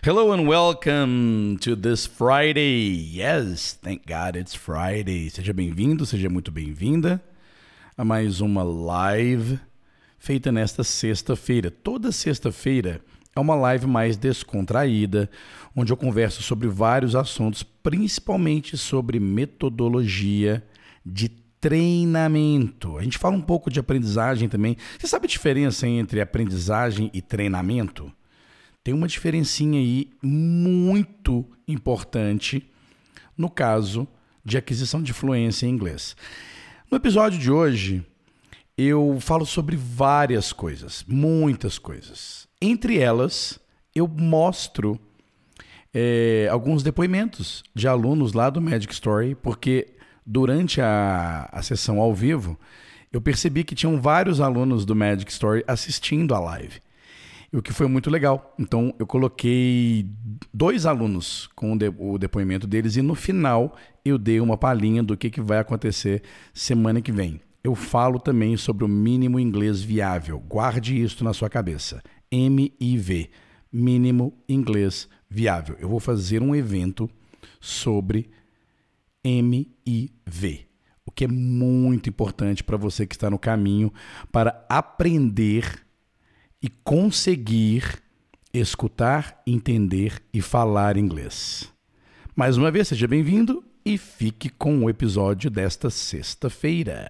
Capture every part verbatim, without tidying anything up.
Hello and welcome to this Friday. Yes, thank God it's Friday. Seja bem-vindo, seja muito bem-vinda a mais uma live feita nesta sexta-feira. Toda sexta-feira é uma live mais descontraída, onde eu converso sobre vários assuntos, principalmente sobre metodologia de treinamento. A gente fala um pouco de aprendizagem também. Você sabe a diferença entre aprendizagem e treinamento? Tem uma diferencinha aí muito importante no caso de aquisição de fluência em inglês. No episódio de hoje, eu falo sobre várias coisas, muitas coisas. Entre elas, eu mostro é, alguns depoimentos de alunos lá do Magic Story, porque durante a, a sessão ao vivo, eu percebi que tinham vários alunos do Magic Story assistindo a live. O que foi muito legal. Então, eu coloquei dois alunos com o, de, o depoimento deles e no final eu dei uma palhinha do que, que vai acontecer semana que vem. Eu falo também sobre o mínimo inglês viável. Guarde isso na sua cabeça. M I V, mínimo inglês viável. Eu vou fazer um evento sobre M I V, o que é muito importante para você que está no caminho para aprender e conseguir escutar, entender e falar inglês. Mais uma vez, seja bem-vindo e fique com o episódio desta sexta-feira.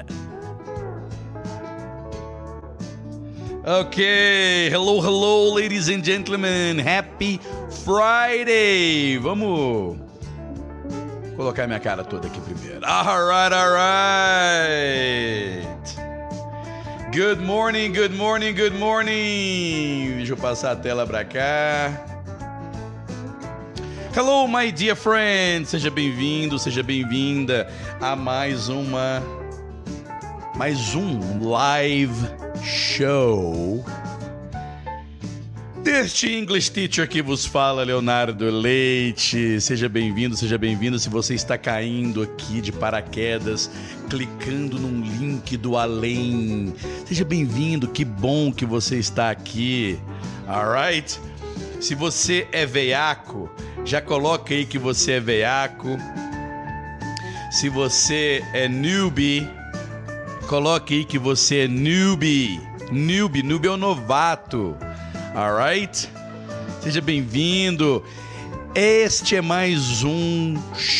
Ok, hello, hello, ladies and gentlemen, happy Friday! Vamos colocar minha cara toda aqui primeiro. Alright, alright! Good morning, good morning, good morning. Deixa eu passar a tela para cá. Hello, my dear friend. Seja bem-vindo, seja bem-vinda a mais uma, mais um live show deste English Teacher que vos fala, Leonardo Leite. Seja bem-vindo, seja bem-vindo. Se você está caindo aqui de paraquedas, clicando num link do além, seja bem-vindo, que bom que você está aqui, alright? Se você é veiaco, já coloca aí que você é veiaco. Se você é newbie, coloque aí que você é newbie. Newbie, newbie é o novato, alright? Seja bem-vindo. Este é mais um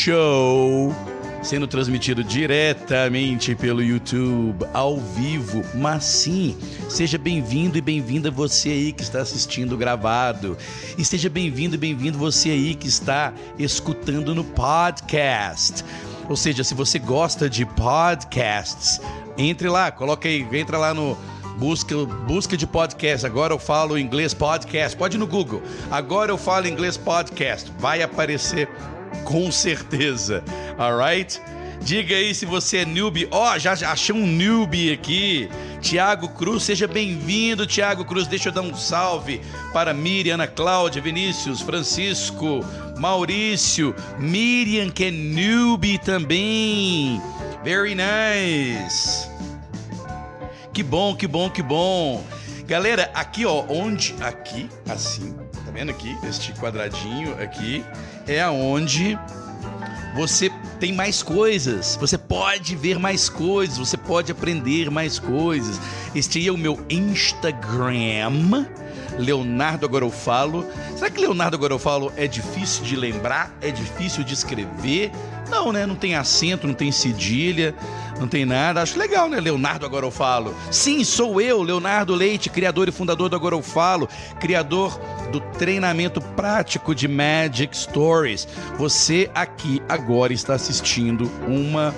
show sendo transmitido diretamente pelo YouTube, ao vivo, mas sim, seja bem-vindo e bem-vinda você aí que está assistindo gravado, e seja bem-vindo e bem-vindo você aí que está escutando no podcast, ou seja, se você gosta de podcasts, entre lá, coloca aí, entra lá no Busca, busca de podcast, agora eu falo inglês podcast, pode ir no Google, agora eu falo inglês podcast, vai aparecer com certeza, alright? Diga aí se você é newbie. Ó, oh, já achei um newbie aqui, Tiago Cruz, seja bem-vindo, Tiago Cruz. Deixa eu dar um salve para Miriam, Ana Cláudia, Vinícius, Francisco, Maurício, Miriam que é newbie também, very nice. Que bom, que bom, que bom. Galera, aqui ó, onde, aqui, assim, tá vendo aqui, este quadradinho aqui, é aonde você tem mais coisas, você pode ver mais coisas, você pode aprender mais coisas. Este é o meu Instagram, Leonardo Agora Eu Falo. Será que Leonardo Agora Eu Falo é difícil de lembrar? É difícil de escrever? Não, né? Não tem acento, não tem cedilha, não tem nada. Acho legal, né? Leonardo Agora Eu Falo. Sim, sou eu, Leonardo Leite, criador e fundador do Agora Eu Falo, criador do treinamento prático de Magic Stories. Você aqui agora está assistindo uma,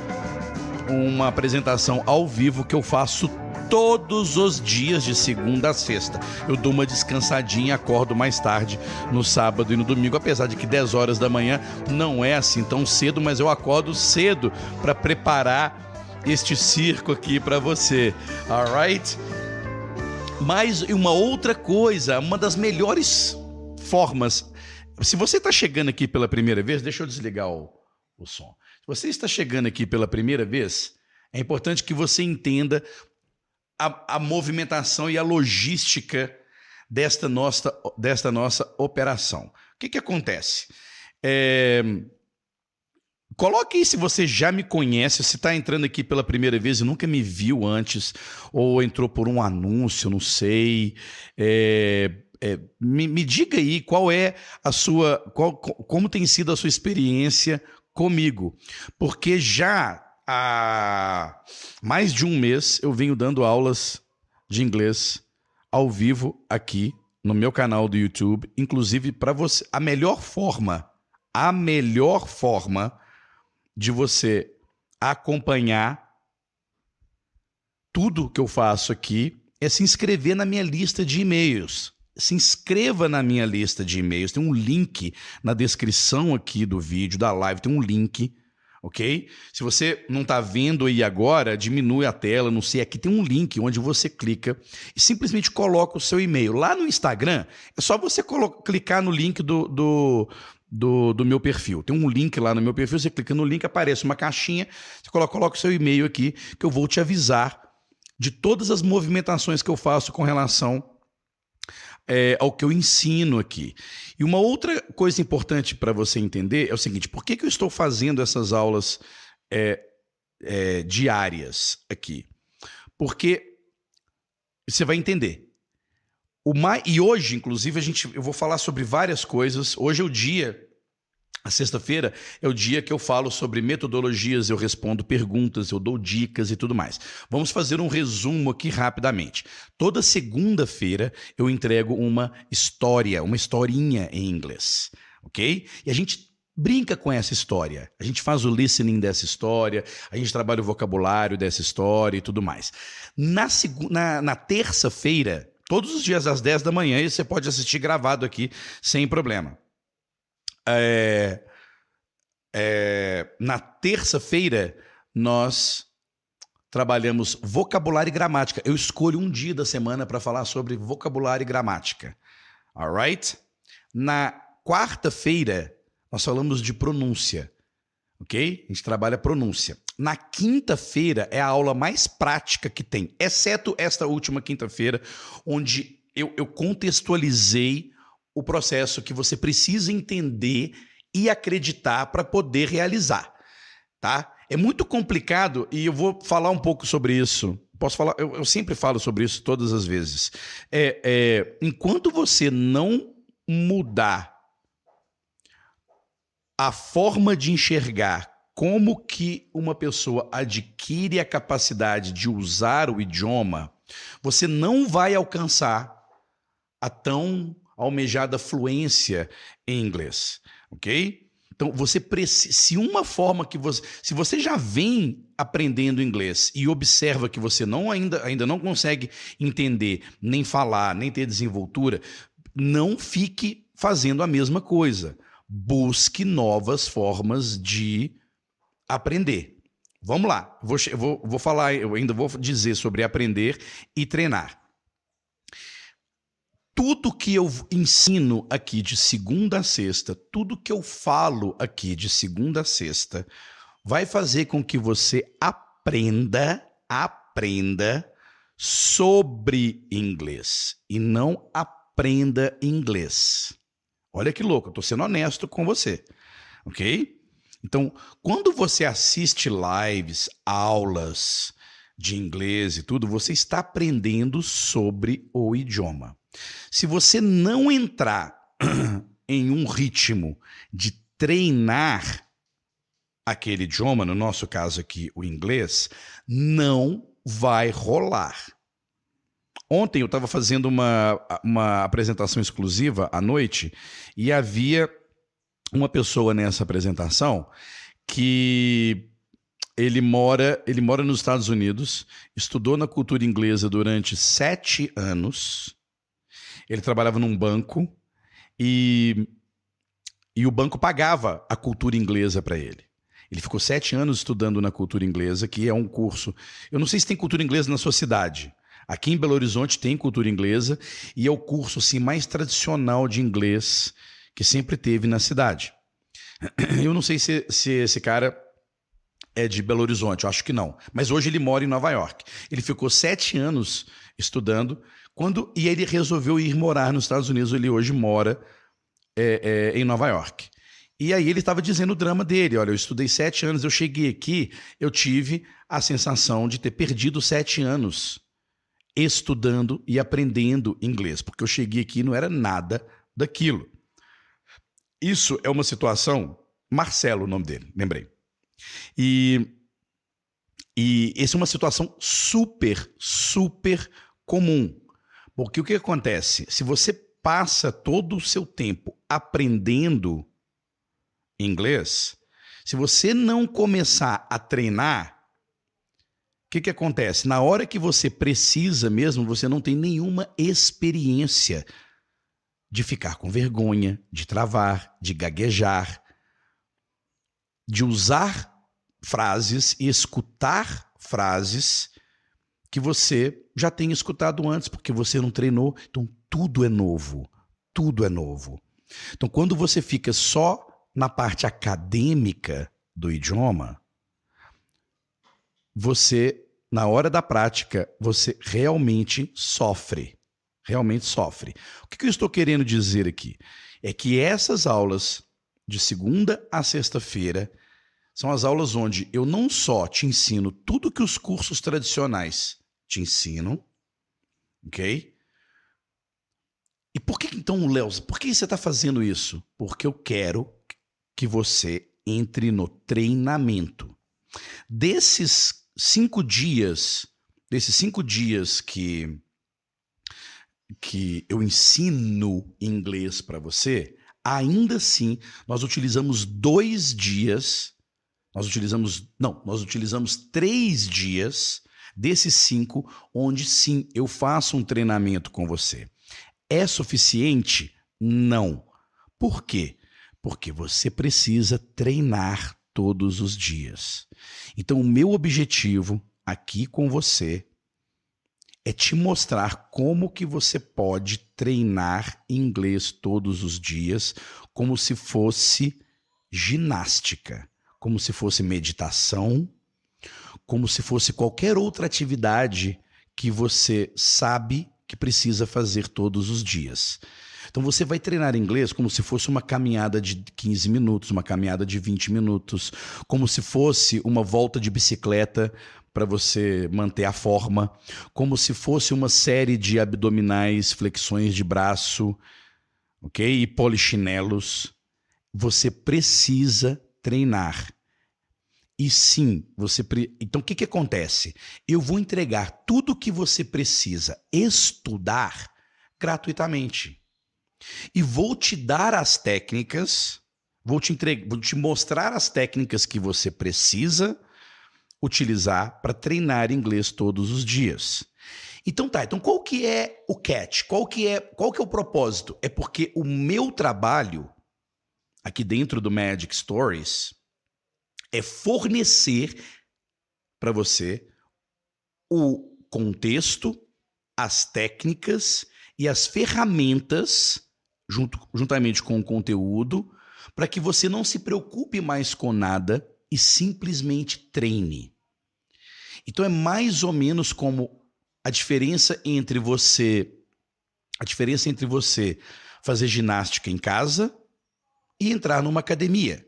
uma apresentação ao vivo que eu faço todos os dias de segunda a sexta. Eu dou uma descansadinha e acordo mais tarde no sábado e no domingo, apesar de que dez horas da manhã não é assim tão cedo, mas eu acordo cedo para preparar este circo aqui para você, alright? Mas uma outra coisa, uma das melhores formas, se você está chegando aqui pela primeira vez, deixa eu desligar o, o som. Se você está chegando aqui pela primeira vez, é importante que você entenda A, a movimentação e a logística desta nossa, desta nossa operação. O que que acontece? É... Coloque aí se você já me conhece, se está entrando aqui pela primeira vez e nunca me viu antes, ou entrou por um anúncio, não sei. É, é, me, me diga aí qual é a sua, qual, como tem sido a sua experiência comigo. Porque já há mais de um mês eu venho dando aulas de inglês ao vivo aqui no meu canal do YouTube, inclusive para você. A melhor forma, a melhor forma de você acompanhar tudo que eu faço aqui é se inscrever na minha lista de e-mails. Se inscreva na minha lista de e-mails. Tem um link na descrição aqui do vídeo, da live, tem um link, ok? Se você não está vendo aí agora, diminui a tela, não sei, aqui tem um link onde você clica e simplesmente coloca o seu e-mail. Lá no Instagram, é só você clicar no link do... do Do, do meu perfil. Tem um link lá no meu perfil, você clica no link, aparece uma caixinha, você coloca, coloca o seu e-mail aqui, que eu vou te avisar de todas as movimentações que eu faço com relação é, ao que eu ensino aqui. E uma outra coisa importante para você entender é o seguinte, por que, que eu estou fazendo essas aulas é, é, diárias aqui? Porque você vai entender. O mais, e hoje, inclusive, a gente, eu vou falar sobre várias coisas. Hoje é o dia, a sexta-feira, é o dia que eu falo sobre metodologias, eu respondo perguntas, eu dou dicas e tudo mais. Vamos fazer um resumo aqui rapidamente. Toda segunda-feira eu entrego uma história, uma historinha em inglês, ok? E a gente brinca com essa história. A gente faz o listening dessa história, a gente trabalha o vocabulário dessa história e tudo mais. Na, na, na terça-feira, todos os dias às dez da manhã, e você pode assistir gravado aqui sem problema. É, é, na terça-feira, nós trabalhamos vocabulário e gramática. Eu escolho um dia da semana para falar sobre vocabulário e gramática. Alright? Na quarta-feira, nós falamos de pronúncia. Ok? A gente trabalha pronúncia. Na quinta-feira é a aula mais prática que tem, exceto esta última quinta-feira, onde eu, eu contextualizei o processo que você precisa entender e acreditar para poder realizar, tá? É muito complicado e eu vou falar um pouco sobre isso. Posso falar? Eu, eu sempre falo sobre isso todas as vezes. É, é, enquanto você não mudar a forma de enxergar como que uma pessoa adquire a capacidade de usar o idioma, você não vai alcançar a tão almejada fluência em inglês, ok? Então, você precisa, se uma forma que você, se você já vem aprendendo inglês e observa que você não ainda, ainda não consegue entender, nem falar, nem ter desenvoltura, não fique fazendo a mesma coisa. Busque novas formas de aprender. Vamos lá, vou, vou, vou falar, eu ainda vou dizer sobre aprender e treinar. Tudo que eu ensino aqui de segunda a sexta, tudo que eu falo aqui de segunda a sexta, vai fazer com que você aprenda, aprenda sobre inglês e não aprenda inglês. Olha que louco, eu estou sendo honesto com você, ok? Então, quando você assiste lives, aulas de inglês e tudo, você está aprendendo sobre o idioma. Se você não entrar em um ritmo de treinar aquele idioma, no nosso caso aqui, o inglês, não vai rolar. Ontem eu estava fazendo uma, uma apresentação exclusiva à noite e havia uma pessoa nessa apresentação que ele mora, ele mora nos Estados Unidos, estudou na cultura inglesa durante sete anos, ele trabalhava num banco e, e o banco pagava a cultura inglesa para ele. Ele ficou sete anos estudando na cultura inglesa, que é um curso... Eu não sei se tem cultura inglesa na sua cidade. Aqui em Belo Horizonte tem cultura inglesa e é o curso assim, mais tradicional de inglês que sempre teve na cidade. Eu não sei se, se esse cara é de Belo Horizonte, eu acho que não. Mas hoje ele mora em Nova York. Ele ficou sete anos estudando quando, e ele resolveu ir morar nos Estados Unidos. Ele hoje mora é, é, em Nova York. E aí ele estava dizendo o drama dele. Olha, eu estudei sete anos, eu cheguei aqui, eu tive a sensação de ter perdido sete anos estudando e aprendendo inglês, porque eu cheguei aqui e não era nada daquilo. Isso é uma situação... Marcelo, o nome dele, lembrei. E, e essa é uma situação super, super comum. Porque o que acontece? Se você passa todo o seu tempo aprendendo inglês, se você não começar a treinar, o que, que acontece? Na hora que você precisa mesmo, você não tem nenhuma experiência de ficar com vergonha, de travar, de gaguejar, de usar frases e escutar frases que você já tem escutado antes, porque você não treinou. Então, tudo é novo. Tudo é novo. Então, quando você fica só na parte acadêmica do idioma, você, na hora da prática, você realmente sofre. Realmente sofre. O que eu estou querendo dizer aqui? É que essas aulas de segunda a sexta-feira são as aulas onde eu não só te ensino tudo que os cursos tradicionais te ensinam, ok? E por que então, Léo, por que você está fazendo isso? Porque eu quero que você entre no treinamento. Desses cinco dias, desses cinco dias que, que eu ensino inglês para você, ainda assim, nós utilizamos dois dias, nós utilizamos, não, nós utilizamos três dias desses cinco, onde sim, eu faço um treinamento com você. É suficiente? Não. Por quê? Porque você precisa treinar todos os dias. Então, o meu objetivo aqui com você é te mostrar como que você pode treinar inglês todos os dias, como se fosse ginástica, como se fosse meditação, como se fosse qualquer outra atividade que você sabe que precisa fazer todos os dias. Então você vai treinar inglês como se fosse uma caminhada de quinze minutos, uma caminhada de vinte minutos, como se fosse uma volta de bicicleta para você manter a forma, como se fosse uma série de abdominais, flexões de braço, ok? E polichinelos. Você precisa treinar. E sim, você... Pre... Então o que, que acontece? Eu vou entregar tudo o que você precisa estudar gratuitamente. E vou te dar as técnicas, vou te, entregar, vou te mostrar as técnicas que você precisa utilizar para treinar inglês todos os dias. Então tá, então qual que é o catch? Qual que é, qual que é o propósito? É porque o meu trabalho aqui dentro do Magic Stories é fornecer para você o contexto, as técnicas e as ferramentas, junto, juntamente com o conteúdo, para que você não se preocupe mais com nada e simplesmente treine. Então é mais ou menos como a diferença entre você, a diferença entre você fazer ginástica em casa e entrar numa academia.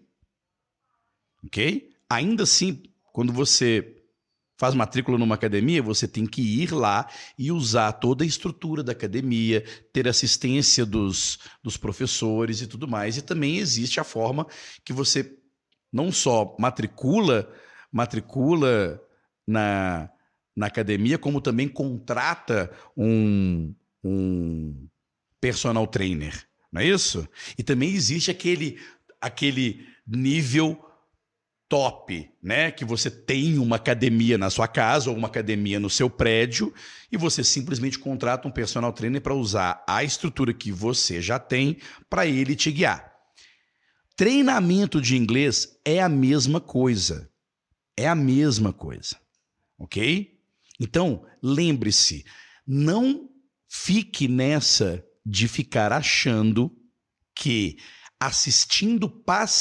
Ok? Ainda assim, quando você faz matrícula numa academia, você tem que ir lá e usar toda a estrutura da academia, ter assistência dos, dos professores e tudo mais. E também existe a forma que você não só matricula, matricula na, na academia, como também contrata um, um personal trainer. Não é isso? E também existe aquele, aquele nível top, né? Que você tem uma academia na sua casa ou uma academia no seu prédio e você simplesmente contrata um personal trainer para usar a estrutura que você já tem para ele te guiar. Treinamento de inglês é a mesma coisa. É a mesma coisa. Ok? Então, lembre-se, não fique nessa de ficar achando que assistindo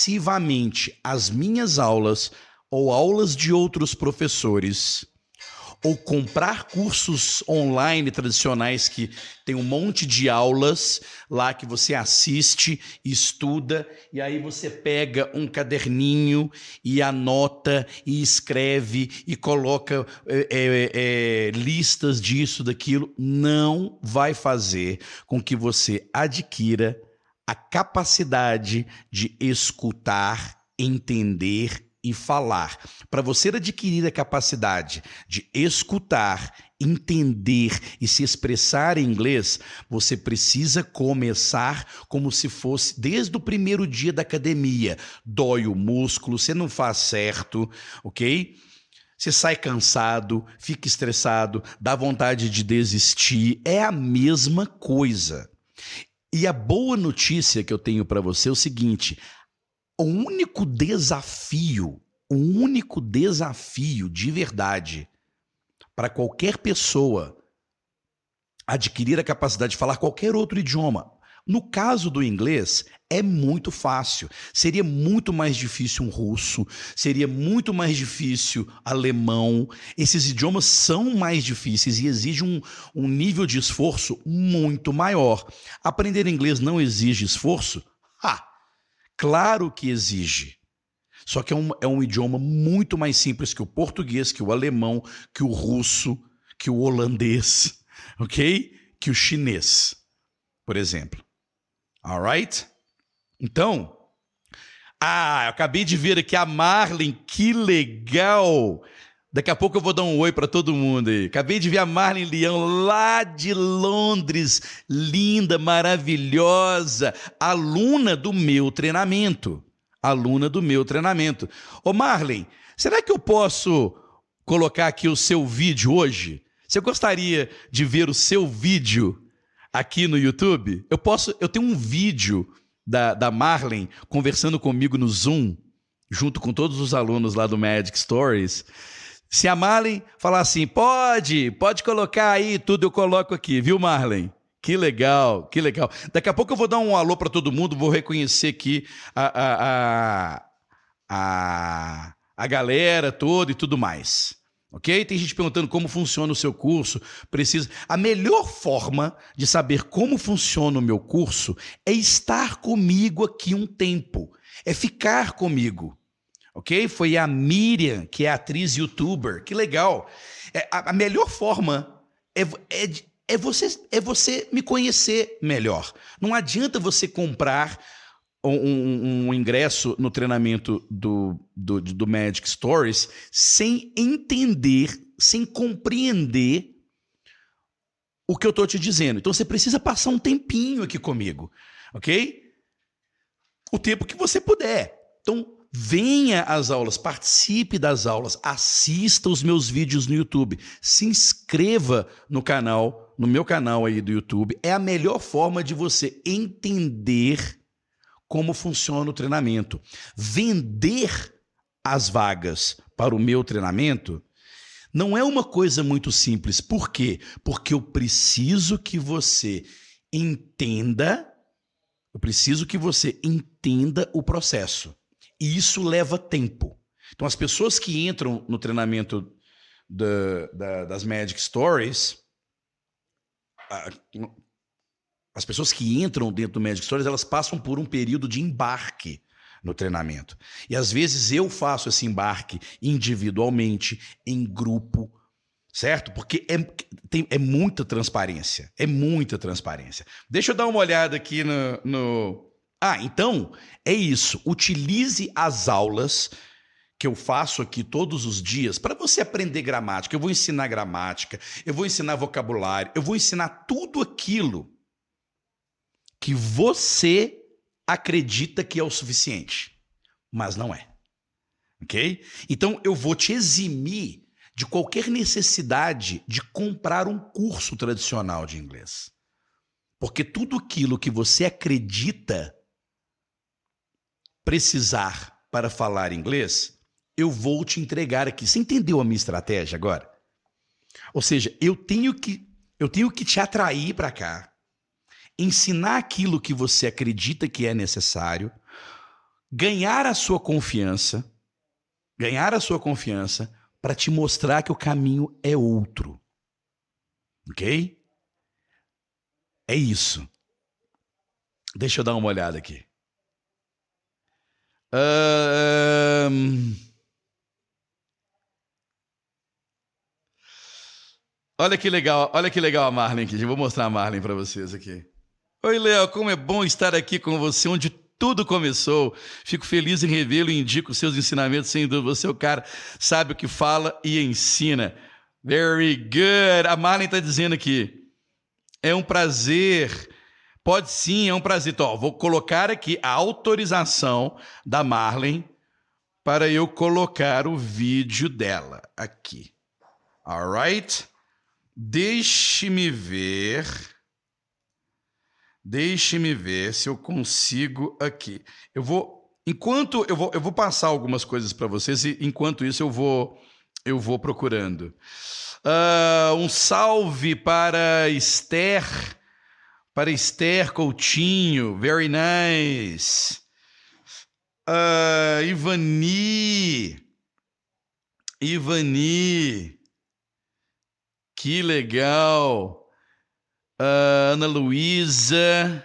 passivamente às minhas aulas ou aulas de outros professores, ou comprar cursos online tradicionais que tem um monte de aulas lá que você assiste, estuda, e aí você pega um caderninho e anota e escreve e coloca é, é, é, listas disso, daquilo. Não vai fazer com que você adquira a capacidade de escutar, entender e falar. Para você adquirir a capacidade de escutar, entender e se expressar em inglês, você precisa começar como se fosse desde o primeiro dia da academia. Dói o músculo, você não faz certo, ok? Você sai cansado, fica estressado, dá vontade de desistir. É a mesma coisa. E a boa notícia que eu tenho para você é o seguinte: o único desafio, o único desafio de verdade para qualquer pessoa adquirir a capacidade de falar qualquer outro idioma, no caso do inglês, é muito fácil. Seria muito mais difícil um russo, seria muito mais difícil alemão. Esses idiomas são mais difíceis e exigem um, um nível de esforço muito maior. Aprender inglês não exige esforço? Ah! Claro que exige. Só que é um, é um idioma muito mais simples que o português, que o alemão, que o russo, que o holandês, ok? Que o chinês, por exemplo. Alright? Então, ah, eu acabei de ver aqui a Marlene, que legal! Daqui a pouco eu vou dar um oi para todo mundo aí. Acabei de ver a Marlene Leão lá de Londres, linda, maravilhosa, aluna do meu treinamento. Aluna do meu treinamento. Ô Marlene, será que eu posso colocar aqui o seu vídeo hoje? Você gostaria de ver o seu vídeo aqui no YouTube? Eu posso, eu tenho um vídeo da, da Marlene conversando comigo no Zoom, junto com todos os alunos lá do Magic Stories. Se a Marlene falar assim, pode, pode colocar aí tudo, eu coloco aqui, viu, Marlene? Que legal, que legal. Daqui a pouco eu vou dar um alô para todo mundo, vou reconhecer aqui a, a, a, a, a galera toda e tudo mais. Ok? Tem gente perguntando como funciona o seu curso. Precisa. A melhor forma de saber como funciona o meu curso é estar comigo aqui um tempo, é ficar comigo. Ok? Foi a Miriam, que é atriz youtuber. Que legal. É, a, a melhor forma é, é, é, você, é você me conhecer melhor. Não adianta você comprar um, um, um ingresso no treinamento do, do, do Magic Stories sem entender, sem compreender o que eu estou te dizendo. Então você precisa passar um tempinho aqui comigo. Ok? O tempo que você puder. Então, venha às aulas, participe das aulas, assista os meus vídeos no YouTube, se inscreva no canal, no meu canal aí do YouTube. É a melhor forma de você entender como funciona o treinamento. Vender as vagas para o meu treinamento não é uma coisa muito simples. Por quê? Porque eu preciso que você entenda, eu preciso que você entenda o processo. E isso leva tempo. Então, as pessoas que entram no treinamento da, da, das Magic Stories, as pessoas que entram dentro do Magic Stories, elas passam por um período de embarque no treinamento. E às vezes eu faço esse embarque individualmente, em grupo, certo? Porque é, tem, é muita transparência. É muita transparência. Deixa eu dar uma olhada aqui no... no... Ah, então, é isso. Utilize as aulas que eu faço aqui todos os dias para você aprender gramática. Eu vou ensinar gramática, eu vou ensinar vocabulário, eu vou ensinar tudo aquilo que você acredita que é o suficiente, mas não é. Ok? Então, eu vou te eximir de qualquer necessidade de comprar um curso tradicional de inglês. Porque tudo aquilo que você acredita precisar para falar inglês, eu vou te entregar aqui. Você entendeu a minha estratégia agora? Ou seja, eu tenho que, eu tenho que te atrair para cá, ensinar aquilo que você acredita que é necessário, ganhar a sua confiança, ganhar a sua confiança para te mostrar que o caminho é outro. Ok? É isso. Deixa eu dar uma olhada aqui. Um... Olha que legal, olha que legal a Marlene aqui. Eu vou mostrar a Marlene para vocês aqui. Oi, Léo, como é bom estar aqui com você, onde tudo começou. Fico feliz em revê-lo e indico seus ensinamentos, sem dúvida. Você é o cara, sabe o que fala e ensina. Very good. A Marlene está dizendo aqui. É um prazer. Pode sim, é um prazer. Então, ó, vou colocar aqui a autorização da Marlene para eu colocar o vídeo dela aqui. Alright? Deixe-me ver. Deixe-me ver se eu consigo aqui. Eu vou, enquanto eu vou, eu vou passar algumas coisas para vocês e enquanto isso eu vou, eu vou procurando. Uh, um salve para Esther, para Esther Coutinho, very nice. Uh, Ivani, Ivani. Que legal. Uh, Ana Luísa.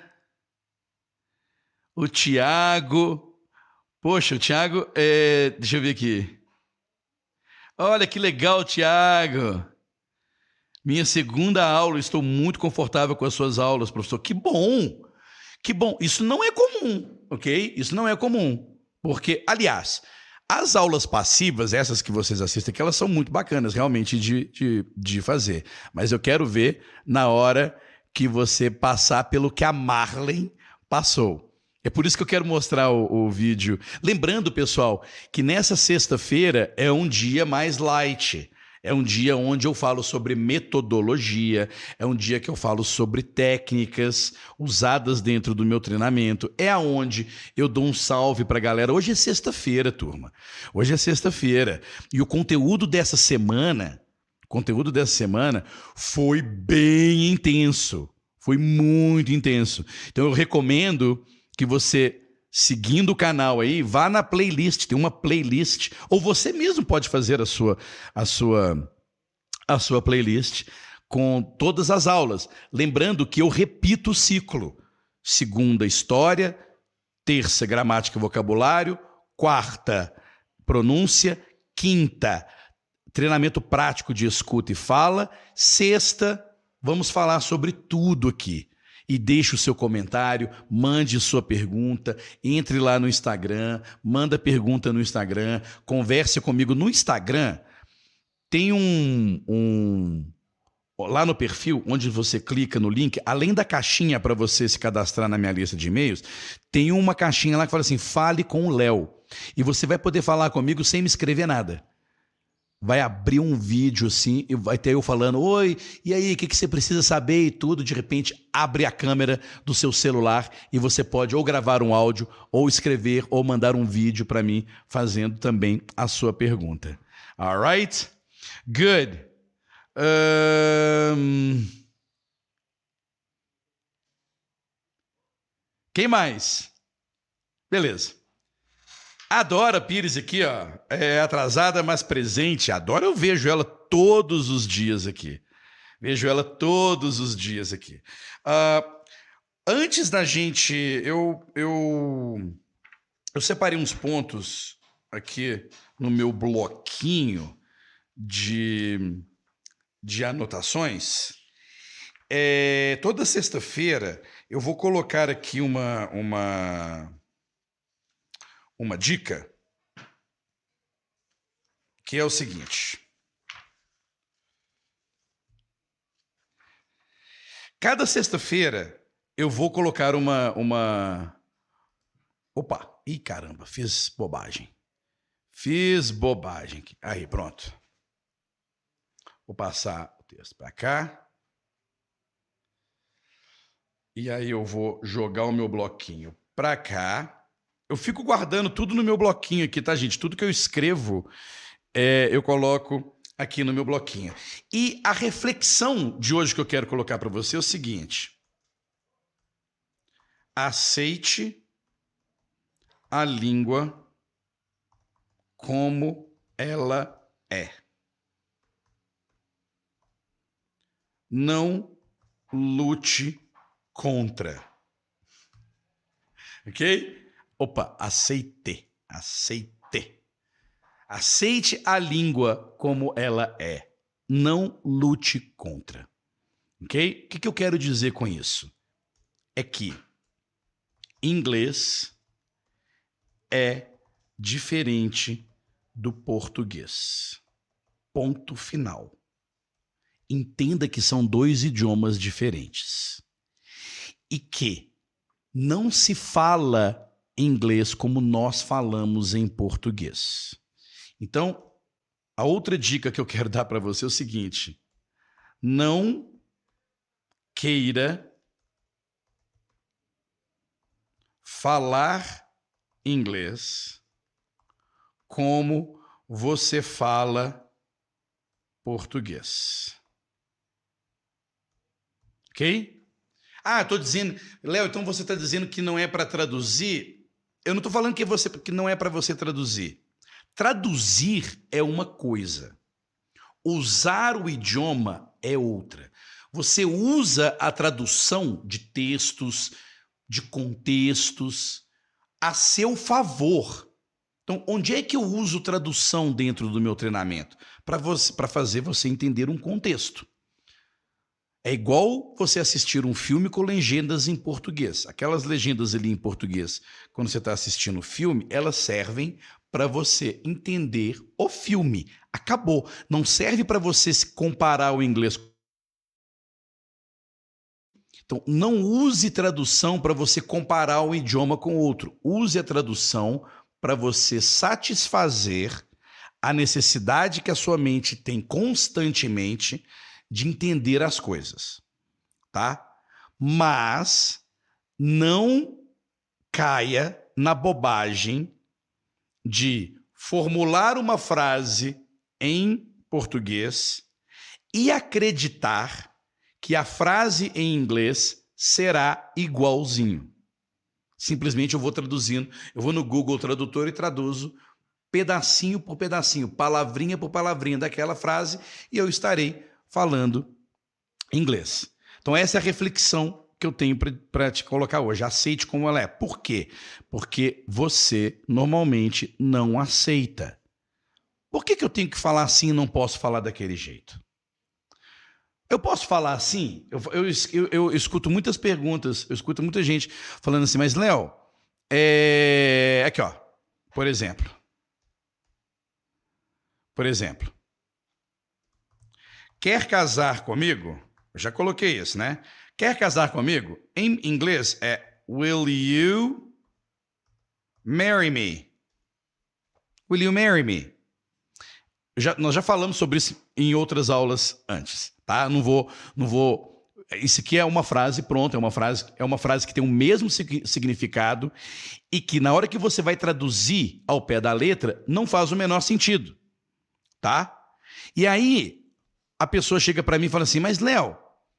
O Tiago. Poxa, o Tiago, é... deixa eu ver aqui. Olha que legal, Tiago. Minha segunda aula, estou muito confortável com as suas aulas, professor. Que bom. Que bom. Isso não é comum, ok? Isso não é comum. Porque, aliás... As aulas passivas, essas que vocês assistem aqui, elas são muito bacanas realmente de, de, de fazer. Mas eu quero ver na hora que você passar pelo que a Marlene passou. É por isso que eu quero mostrar o, o vídeo. Lembrando, pessoal, que nessa sexta-feira é um dia mais light. É um dia onde eu falo sobre metodologia, é um dia que eu falo sobre técnicas usadas dentro do meu treinamento. É aonde eu dou um salve para a galera. Hoje é sexta-feira, turma. Hoje é sexta-feira. E o conteúdo dessa semana, o conteúdo dessa semana foi bem intenso. Foi muito intenso. Então eu recomendo que você... Seguindo o canal aí, vá na playlist, tem uma playlist, ou você mesmo pode fazer a sua, a sua, a sua playlist com todas as aulas. Lembrando que eu repito o ciclo. Segunda, história. Terça, gramática e vocabulário. Quarta, pronúncia. Quinta, treinamento prático de escuta e fala. Sexta, vamos falar sobre tudo aqui. E deixe o seu comentário, mande sua pergunta, entre lá no Instagram, manda pergunta no Instagram, converse comigo no Instagram. Tem um, um... Lá no perfil, onde você clica no link, além da caixinha para você se cadastrar na minha lista de e-mails, tem uma caixinha lá que fala assim, fale com o Léo. E você vai poder falar comigo sem me escrever nada. Vai abrir um vídeo assim e vai ter eu falando, oi, e aí, o que, que você precisa saber e tudo. De repente, abre a câmera do seu celular e você pode ou gravar um áudio, ou escrever, ou mandar um vídeo para mim, fazendo também a sua pergunta. Alright? Good. Um... Quem mais? Beleza. A Dora Pires aqui, ó, é atrasada, mas presente. A Dora eu vejo ela todos os dias aqui. Vejo ela todos os dias aqui. Uh, antes da gente... Eu, eu, eu separei uns pontos aqui no meu bloquinho de, de anotações. É, toda sexta-feira eu vou colocar aqui uma... uma Uma dica, que é o seguinte. Cada sexta-feira eu vou colocar uma, uma... Opa, ih caramba, fiz bobagem. Fiz bobagem. Aí, pronto. Vou passar o texto para cá. E aí eu vou jogar o meu bloquinho para cá. Eu fico guardando tudo no meu bloquinho aqui, tá, gente? Tudo que eu escrevo, é, eu coloco aqui no meu bloquinho. E a reflexão de hoje que eu quero colocar para você é o seguinte. Aceite a língua como ela é. não lute contra. Ok? Opa, aceite, aceite. Aceite a língua como ela é. Não lute contra. Ok? O que, que eu quero dizer com isso? É que inglês é diferente do português. Ponto final. Entenda que são dois idiomas diferentes. E que não se fala inglês como nós falamos em português. Então, a outra dica que eu quero dar para você é o seguinte: não queira falar inglês como você fala português. Ok? Ah, estou dizendo... Léo, então você está dizendo que não é para traduzir? Eu não estou falando que, você, que não é para você traduzir. Traduzir é uma coisa. Usar o idioma é outra. Você usa a tradução de textos, de contextos, a seu favor. Então, onde é que eu uso tradução dentro do meu treinamento? Para você, para fazer você entender um contexto. É igual você assistir um filme com legendas em português. Aquelas legendas ali em português, quando você está assistindo o filme, elas servem para você entender o filme. Acabou. Não serve para você se comparar o inglês. Então, não use tradução para você comparar um idioma com outro. Use a tradução para você satisfazer a necessidade que a sua mente tem constantemente de entender as coisas, tá? Mas não caia na bobagem de formular uma frase em português e acreditar que a frase em inglês será igualzinho. Simplesmente eu vou traduzindo, eu vou no Google Tradutor e traduzo pedacinho por pedacinho, palavrinha por palavrinha daquela frase e eu estarei falando inglês. Então essa é a reflexão que eu tenho para te colocar hoje. Aceite como ela é. Por quê? Porque você normalmente não aceita. Por que que eu tenho que falar assim e não posso falar daquele jeito? Eu posso falar assim? Eu, eu, eu, eu escuto muitas perguntas, eu escuto muita gente falando assim, mas Léo, é... aqui ó, por exemplo. Por exemplo. Quer casar comigo? Eu já coloquei isso, né? Quer casar comigo? Em inglês é Will you marry me? Will you marry me? Já, nós já falamos sobre isso em outras aulas antes, tá? Não vou, não vou. Isso aqui é uma frase pronta, é uma frase, é uma frase que tem o mesmo significado e que na hora que você vai traduzir ao pé da letra não faz o menor sentido, tá? E aí a pessoa chega para mim e fala assim, mas Léo,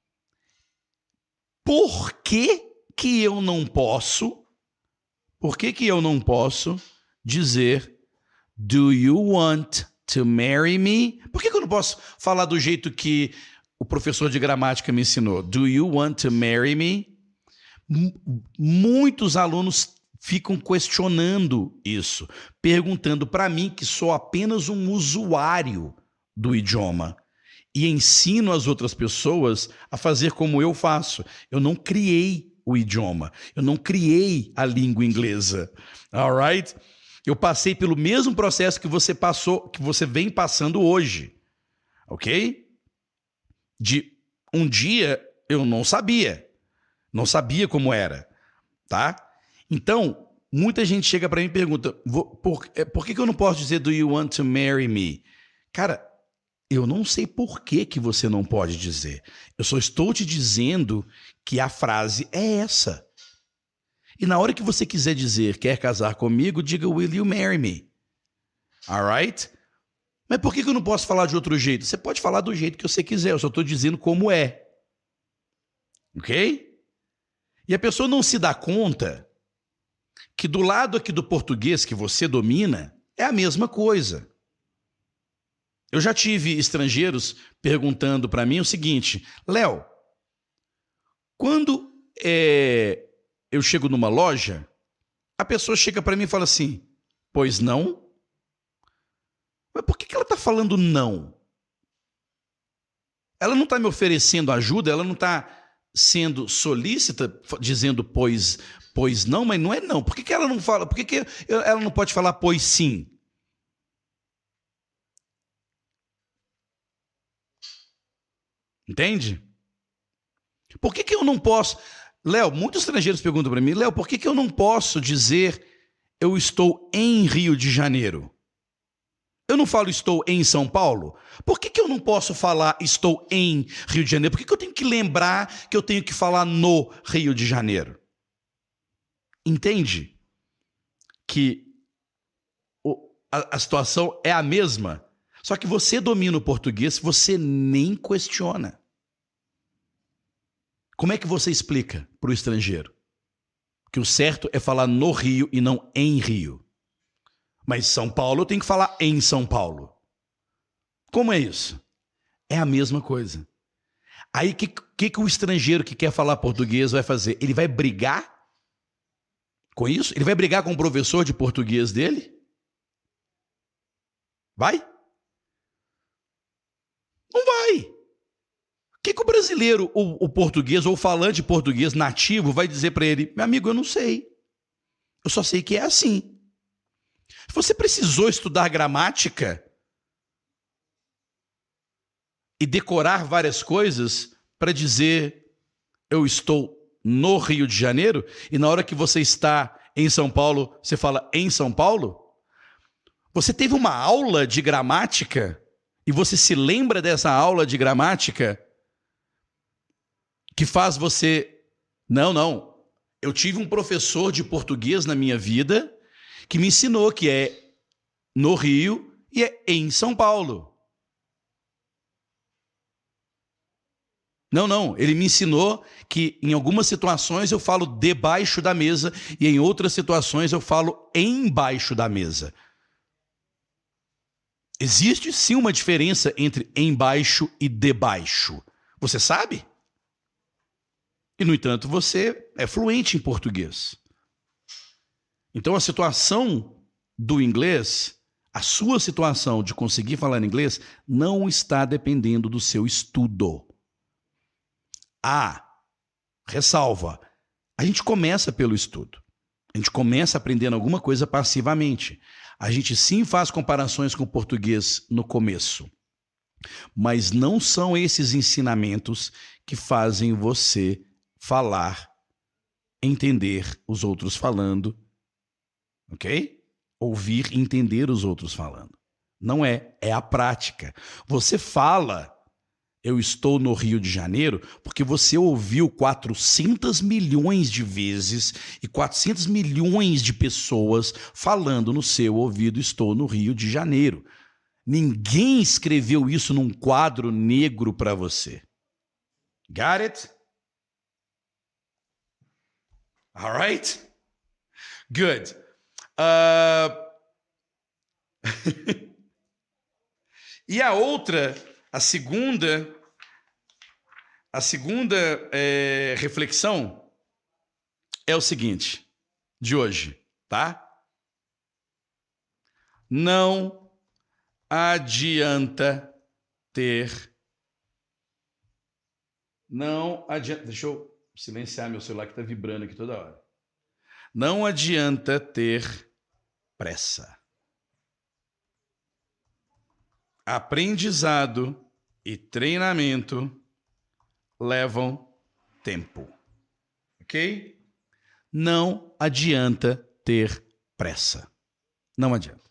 por que que eu não posso, por que que eu não posso dizer do you want to marry me? Por que que eu não posso falar do jeito que o professor de gramática me ensinou? Do you want to marry me? M- muitos alunos ficam questionando isso, perguntando para mim que sou apenas um usuário do idioma. E ensino as outras pessoas a fazer como eu faço. Eu não criei o idioma. Eu não criei a língua inglesa. All right? Eu passei pelo mesmo processo que você passou, que você vem passando hoje. Ok? De um dia eu não sabia. Não sabia como era. Tá? Então, muita gente chega para mim e pergunta, por, por que que eu não posso dizer do you want to marry me? Cara, eu não sei por que que você não pode dizer. Eu só estou te dizendo que a frase é essa. E na hora que você quiser dizer, quer casar comigo, diga, will you marry me? Alright? Mas por que que eu não posso falar de outro jeito? Você pode falar do jeito que você quiser, eu só estou dizendo como é. Ok? E a pessoa não se dá conta que do lado aqui do português que você domina, é a mesma coisa. Eu já tive estrangeiros perguntando para mim o seguinte: Léo, quando é, eu chego numa loja, a pessoa chega para mim e fala assim, pois não? Mas por que que ela está falando não? Ela não está me oferecendo ajuda, ela não está sendo solícita, dizendo pois, pois não, mas não é não. Por que que ela não fala? Por que que ela não pode falar pois sim? Entende? Por que que eu não posso... Léo, muitos estrangeiros perguntam para mim, Léo, por que que eu não posso dizer eu estou em Rio de Janeiro? Eu não falo estou em São Paulo? Por que que eu não posso falar estou em Rio de Janeiro? Por que que eu tenho que lembrar que eu tenho que falar no Rio de Janeiro? Entende que o, a, a situação é a mesma, só que você domina o português, você nem questiona. Como é que você explica para o estrangeiro que o certo é falar no Rio e não em Rio? Mas São Paulo eu tenho que falar em São Paulo. Como é isso? É a mesma coisa. Aí o que, que, que o estrangeiro que quer falar português vai fazer? Ele vai brigar com isso? Ele vai brigar com o professor de português dele? Vai? Não vai. O que, que o brasileiro, o, o português ou o falante português nativo vai dizer para ele? Meu amigo, eu não sei. Eu só sei que é assim. Você precisou estudar gramática e decorar várias coisas para dizer eu estou no Rio de Janeiro e na hora que você está em São Paulo, você fala em São Paulo? Você teve uma aula de gramática e você se lembra dessa aula de gramática que faz você... Não, não. Eu tive um professor de português na minha vida que me ensinou que é no Rio e é em São Paulo. Não, não. Ele me ensinou que em algumas situações eu falo debaixo da mesa e em outras situações eu falo embaixo da mesa. Existe sim uma diferença entre embaixo e debaixo. Você sabe? E, no entanto, você é fluente em português. Então, a situação do inglês, a sua situação de conseguir falar inglês, não está dependendo do seu estudo. Ah, ressalva, a gente começa pelo estudo. A gente começa aprendendo alguma coisa passivamente. A gente sim faz comparações com o português no começo. Mas não são esses ensinamentos que fazem você falar, entender os outros falando, ok? Ouvir e entender os outros falando. Não é, é a prática. Você fala, eu estou no Rio de Janeiro, porque você ouviu quatrocentos milhões de vezes e quatrocentos milhões de pessoas falando no seu ouvido, estou no Rio de Janeiro. Ninguém escreveu isso num quadro negro para você. Got it? All right? Good. Uh... E a outra, a segunda, a segunda é, reflexão é o seguinte, de hoje, tá? Não adianta ter, não adianta, deixa eu silenciar meu celular que tá vibrando aqui toda hora. Não adianta ter pressa. Aprendizado e treinamento levam tempo. Ok? Não adianta ter pressa. Não adianta.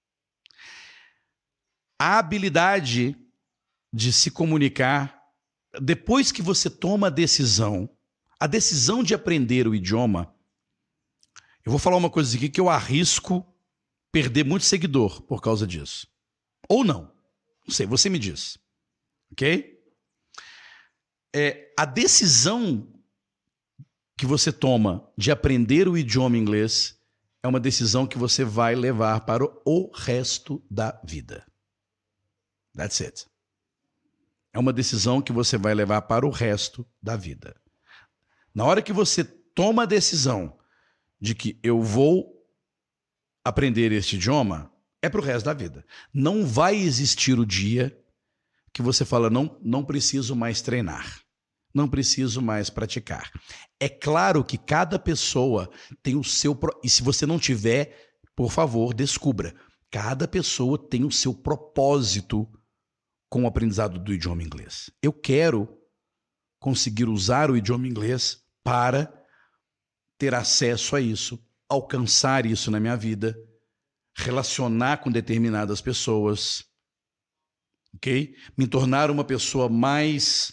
A habilidade de se comunicar, depois que você toma a decisão, a decisão de aprender o idioma, eu vou falar uma coisa aqui que eu arrisco perder muito seguidor por causa disso. Ou não. Não sei, você me diz. Ok? É, a decisão que você toma de aprender o idioma inglês é uma decisão que você vai levar para o resto da vida. That's it. É uma decisão que você vai levar para o resto da vida. Na hora que você toma a decisão de que eu vou aprender este idioma, é para o resto da vida. Não vai existir o dia que você fala, não, não preciso mais treinar. Não preciso mais praticar. É claro que cada pessoa tem o seu... E se você não tiver, por favor, descubra. Cada pessoa tem o seu propósito com o aprendizado do idioma inglês. Eu quero conseguir usar o idioma inglês para ter acesso a isso, alcançar isso na minha vida, relacionar com determinadas pessoas, ok? Me tornar uma pessoa mais...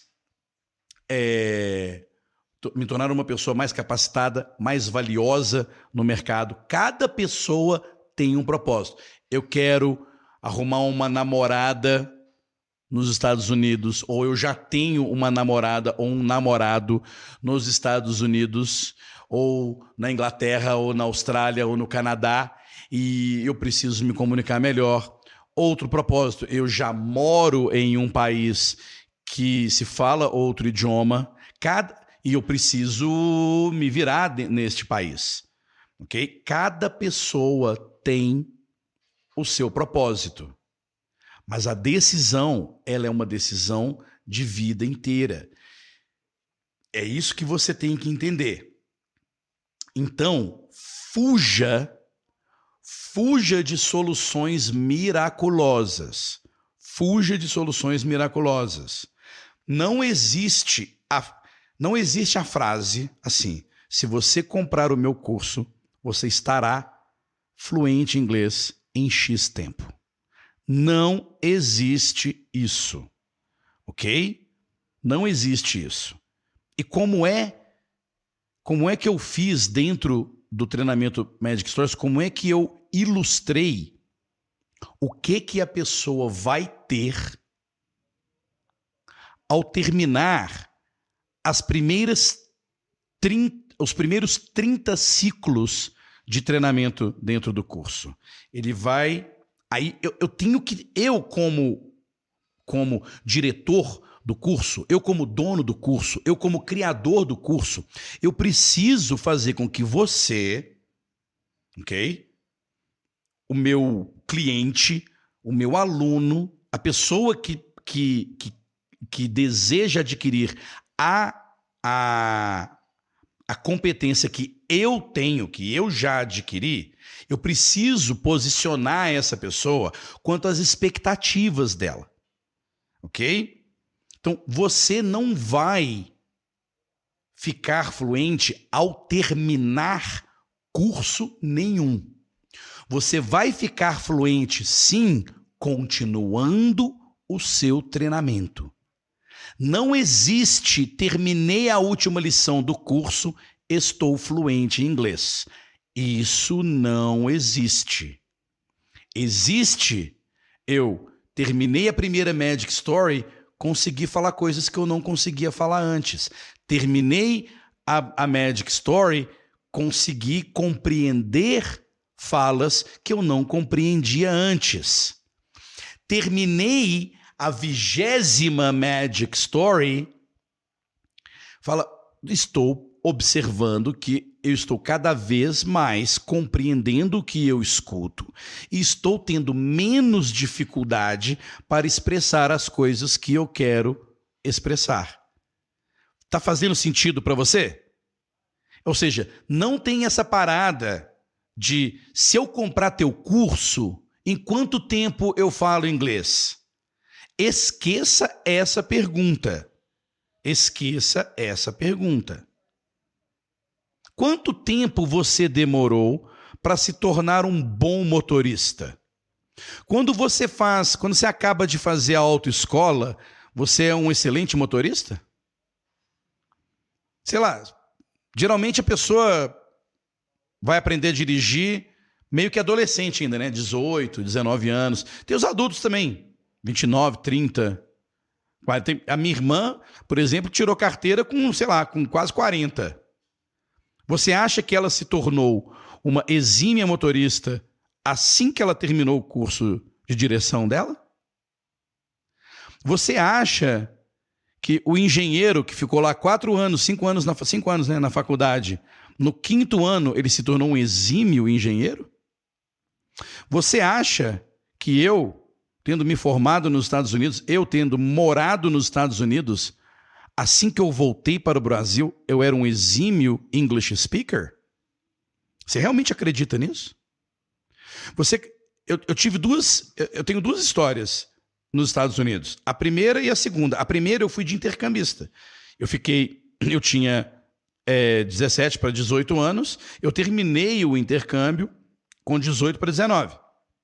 É, me tornar uma pessoa mais capacitada, mais valiosa no mercado. Cada pessoa tem um propósito. Eu quero arrumar uma namorada nos Estados Unidos, ou eu já tenho uma namorada ou um namorado nos Estados Unidos, ou na Inglaterra, ou na Austrália, ou no Canadá, e eu preciso me comunicar melhor. Outro propósito, eu já moro em um país que se fala outro idioma, cada, e eu preciso me virar de, neste país. Okay? Cada pessoa tem o seu propósito. Mas a decisão, ela é uma decisão de vida inteira. É isso que você tem que entender. Então, fuja, fuja de soluções miraculosas. Fuja de soluções miraculosas. Não existe a, não existe a frase assim, se você comprar o meu curso, você estará fluente em inglês em X tempo. Não existe isso, ok? Não existe isso. E como é, como é que eu fiz dentro do treinamento Magic Stories, como é que eu ilustrei o que que a pessoa vai ter ao terminar as primeiras trinta, os primeiros trinta ciclos de treinamento dentro do curso. Ele vai... Aí eu, eu tenho que... Eu, como, como diretor do curso, eu como dono do curso, eu como criador do curso, eu preciso fazer com que você, ok? O meu cliente, o meu aluno, a pessoa que, que, que, que deseja adquirir a, a, a competência que eu tenho, que eu já adquiri, eu preciso posicionar essa pessoa quanto às expectativas dela, ok? Então, você não vai ficar fluente ao terminar curso nenhum. Você vai ficar fluente, sim, continuando o seu treinamento. Não existe, terminei a última lição do curso, estou fluente em inglês. Isso não existe. Existe, eu terminei a primeira Magic Story, consegui falar coisas que eu não conseguia falar antes. Terminei a, a Magic Story, consegui compreender falas que eu não compreendia antes. Terminei a vigésima Magic Story, fala, estou observando que eu estou cada vez mais compreendendo o que eu escuto e estou tendo menos dificuldade para expressar as coisas que eu quero expressar. Tá fazendo sentido para você? Ou seja, não tem essa parada de se eu comprar teu curso, em quanto tempo eu falo inglês? Esqueça essa pergunta. Esqueça essa pergunta. Quanto tempo você demorou para se tornar um bom motorista? Quando você faz, quando você acaba de fazer a autoescola, você é um excelente motorista? Sei lá, geralmente a pessoa vai aprender a dirigir meio que adolescente ainda, né? dezoito, dezenove anos. Tem os adultos também, vinte e nove, trinta. A minha irmã, por exemplo, tirou carteira com, sei lá, com quase quarenta. Você acha que ela se tornou uma exímia motorista assim que ela terminou o curso de direção dela? Você acha que o engenheiro que ficou lá quatro anos, cinco anos, na, cinco anos né, na faculdade, no quinto ano ele se tornou um exímio engenheiro? Você acha que eu, tendo me formado nos Estados Unidos, eu tendo morado nos Estados Unidos, assim que eu voltei para o Brasil, eu era um exímio English speaker? Você realmente acredita nisso? Você, eu, eu tive duas, eu tenho duas histórias nos Estados Unidos. A primeira e a segunda. A primeira eu fui de intercambista. Eu fiquei, eu tinha é, dezessete para dezoito anos, eu terminei o intercâmbio com dezoito para dezenove.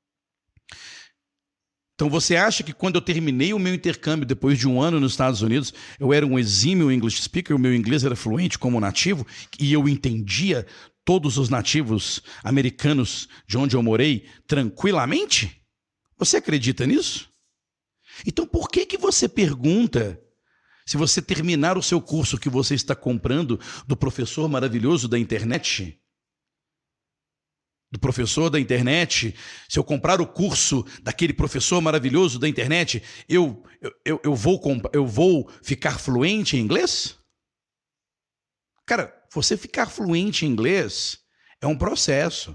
Então você acha que quando eu terminei o meu intercâmbio depois de um ano nos Estados Unidos, eu era um exímio English speaker, o meu inglês era fluente como nativo e eu entendia todos os nativos americanos de onde eu morei tranquilamente? Você acredita nisso? Então por que que você pergunta, se você terminar o seu curso que você está comprando do professor maravilhoso da internet, do professor da internet, se eu comprar o curso daquele professor maravilhoso da internet, eu, eu, eu, vou, eu vou ficar fluente em inglês? Cara, você ficar fluente em inglês é um processo.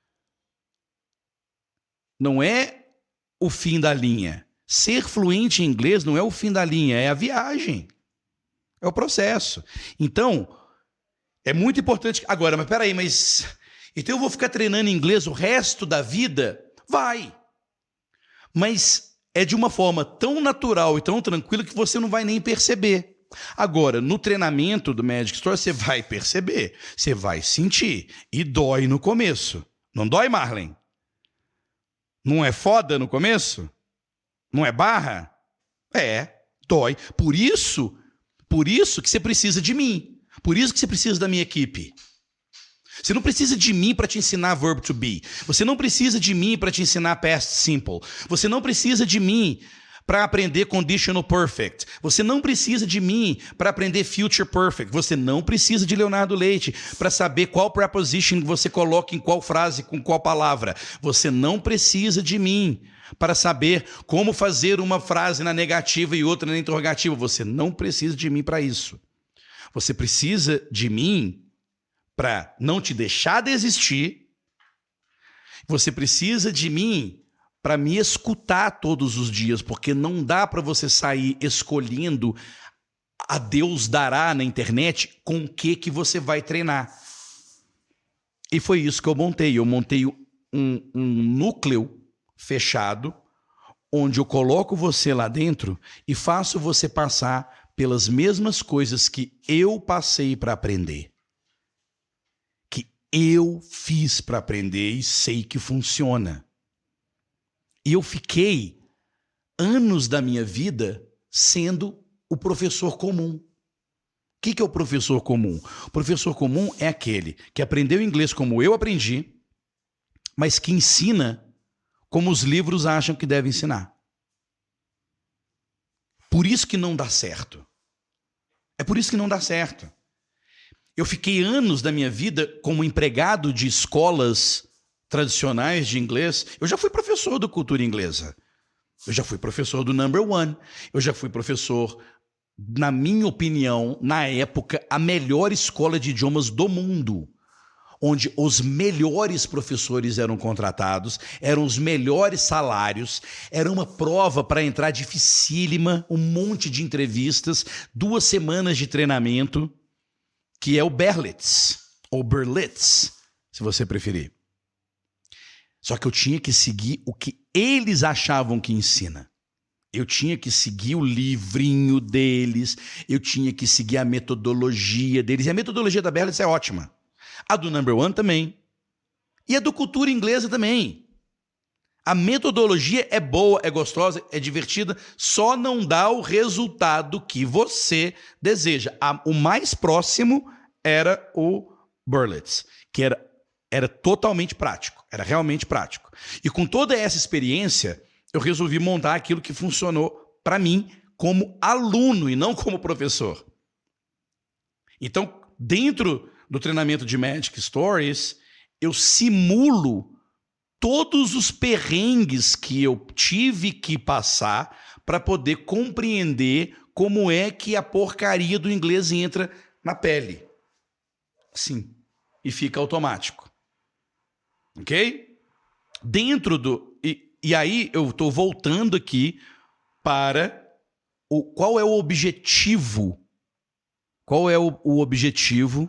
Não é o fim da linha. Ser fluente em inglês não é o fim da linha, é a viagem. É o processo. Então, é muito importante... Agora, mas peraí, mas... Então eu vou ficar treinando inglês o resto da vida? Vai. Mas é de uma forma tão natural e tão tranquila que você não vai nem perceber. Agora, no treinamento do Magic Store, você vai perceber, você vai sentir. E dói no começo. Não dói, Marlen? Não é foda no começo? Não é barra? É, dói. Por isso, por isso que você precisa de mim. Por isso que você precisa da minha equipe. Você não precisa de mim para te ensinar verb to be. Você não precisa de mim para te ensinar past simple. Você não precisa de mim para aprender conditional perfect. Você não precisa de mim para aprender future perfect. Você não precisa de Leonardo Leite para saber qual preposition você coloca em qual frase, com qual palavra. Você não precisa de mim para saber como fazer uma frase na negativa e outra na interrogativa. Você não precisa de mim para isso. Você precisa de mim para não te deixar desistir. Você precisa de mim para me escutar todos os dias, porque não dá para você sair escolhendo a Deus dará na internet com o que, que você vai treinar. E foi isso que eu montei. Eu montei um, um núcleo fechado, onde eu coloco você lá dentro e faço você passar pelas mesmas coisas que eu passei para aprender. Eu fiz para aprender e sei que funciona. E eu fiquei anos da minha vida sendo o professor comum. O que, que é o professor comum? O professor comum é aquele que aprendeu inglês como eu aprendi, mas que ensina como os livros acham que deve ensinar. Por isso que não dá certo. É por isso que não dá certo. Eu fiquei anos da minha vida como empregado de escolas tradicionais de inglês. Eu já fui professor do Cultura Inglesa. Eu já fui professor do Number One. Eu já fui professor, na minha opinião, na época, a melhor escola de idiomas do mundo, onde os melhores professores eram contratados, eram os melhores salários, era uma prova para entrar dificílima, um monte de entrevistas, duas semanas de treinamento, que é o Berlitz, ou Berlitz, se você preferir. Só que eu tinha que seguir o que eles achavam que ensina. Eu tinha que seguir o livrinho deles, eu tinha que seguir a metodologia deles. E a metodologia da Berlitz é ótima. A do Number One também. E a do Cultura Inglesa também. A metodologia é boa, é gostosa, é divertida, só não dá o resultado que você deseja. O mais próximo era o Berlitz, que era, era totalmente prático, era realmente prático. E com toda essa experiência, eu resolvi montar aquilo que funcionou para mim como aluno e não como professor. Então, dentro do treinamento de Magic Stories, eu simulo todos os perrengues que eu tive que passar para poder compreender como é que a porcaria do inglês entra na pele. Sim, e fica automático. Ok? Dentro do... E, e aí eu estou voltando aqui para o, qual é o objetivo, qual é o, o objetivo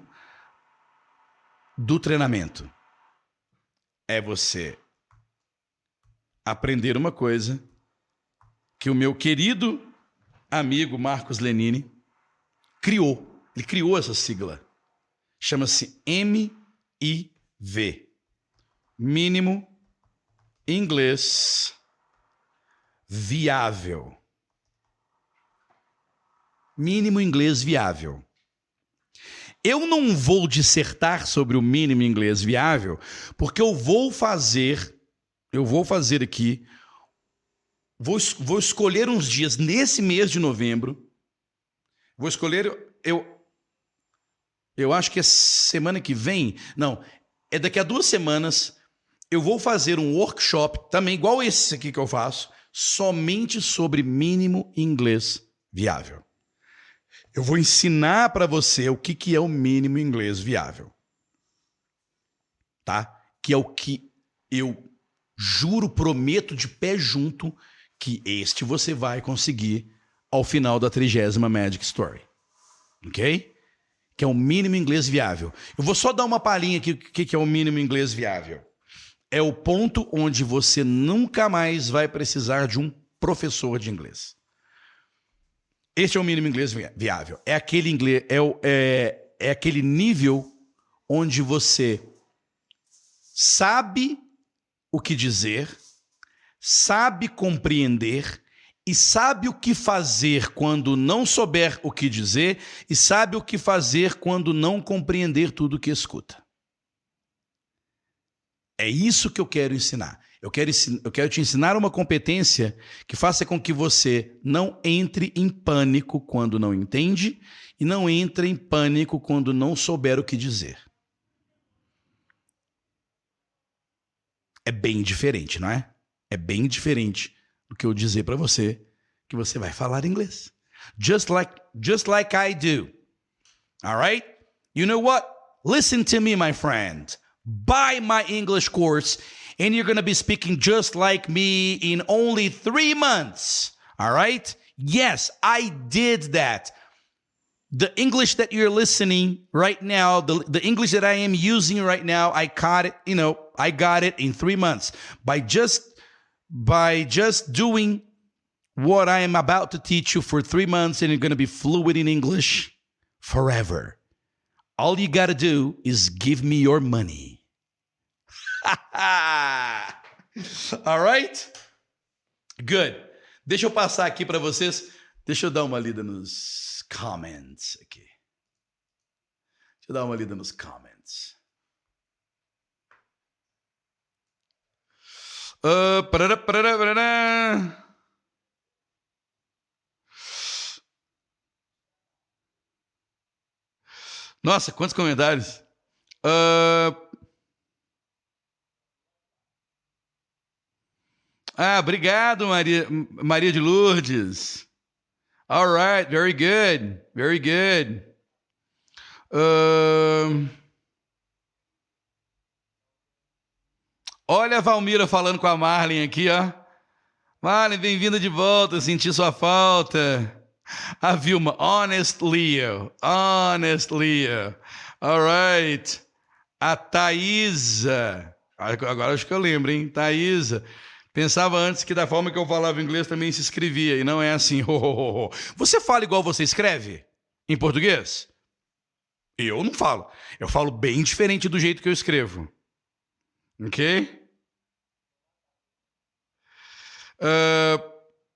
do treinamento. É você aprender uma coisa que o meu querido amigo Marcos Lenini criou. Ele criou essa sigla. Chama-se M I V. Mínimo Inglês Viável. Mínimo Inglês Viável. Eu não vou dissertar sobre o mínimo inglês viável, porque eu vou fazer, eu vou fazer aqui, vou, vou escolher uns dias nesse mês de novembro, vou escolher, eu, eu acho que é semana que vem, não, é daqui a duas semanas, eu vou fazer um workshop, também igual esse aqui que eu faço, somente sobre mínimo inglês viável. Eu vou ensinar para você o que, que é o mínimo inglês viável. Tá? Que é o que eu juro, prometo de pé junto que este você vai conseguir ao final da trigésima Magic Story. Ok? Que é o mínimo inglês viável. Eu vou só dar uma palhinha aqui o que, que é o mínimo inglês viável. É o ponto onde você nunca mais vai precisar de um professor de inglês. Este é o mínimo inglês viável. É aquele, inglês, é, o, é, é aquele nível onde você sabe o que dizer, sabe compreender e sabe o que fazer quando não souber o que dizer e sabe o que fazer quando não compreender tudo o que escuta. É isso que eu quero ensinar. Eu quero, eu quero te ensinar uma competência que faça com que você não entre em pânico quando não entende e não entre em pânico quando não souber o que dizer. É bem diferente, não é? É bem diferente do que eu dizer para você que você vai falar inglês. Just like, just like I do. All right? You know what? Listen to me, my friend. Buy my English course and you're going to be speaking just like me in only three months. All right? Yes, I did that. The English that you're listening right now, the, the English that I am using right now, I caught it, you know, I got it in three months by just, by just doing what I am about to teach you for three months and you're going to be fluent in English forever. All you got to do is give me your money. All right? Good. Deixa eu passar aqui para vocês. Deixa eu dar uma lida nos comments aqui. Deixa eu dar uma lida nos comments. Uh, parará, parará, parará. Nossa, quantos comentários. Uh... Ah, obrigado, Maria, Maria de Lourdes. All right, very good, very good. Uh... Olha a Valmira falando com a Marlene aqui, ó. Marlene, bem-vinda de volta, senti sua falta. A Vilma, honest Leo, honest Leo. All right. A Thaísa, agora acho que eu lembro, hein? Thaísa. Pensava antes que da forma que eu falava inglês também se escrevia, e não é assim. Você fala igual você escreve em português? Eu não falo. Eu falo bem diferente do jeito que eu escrevo. Ok? Uh...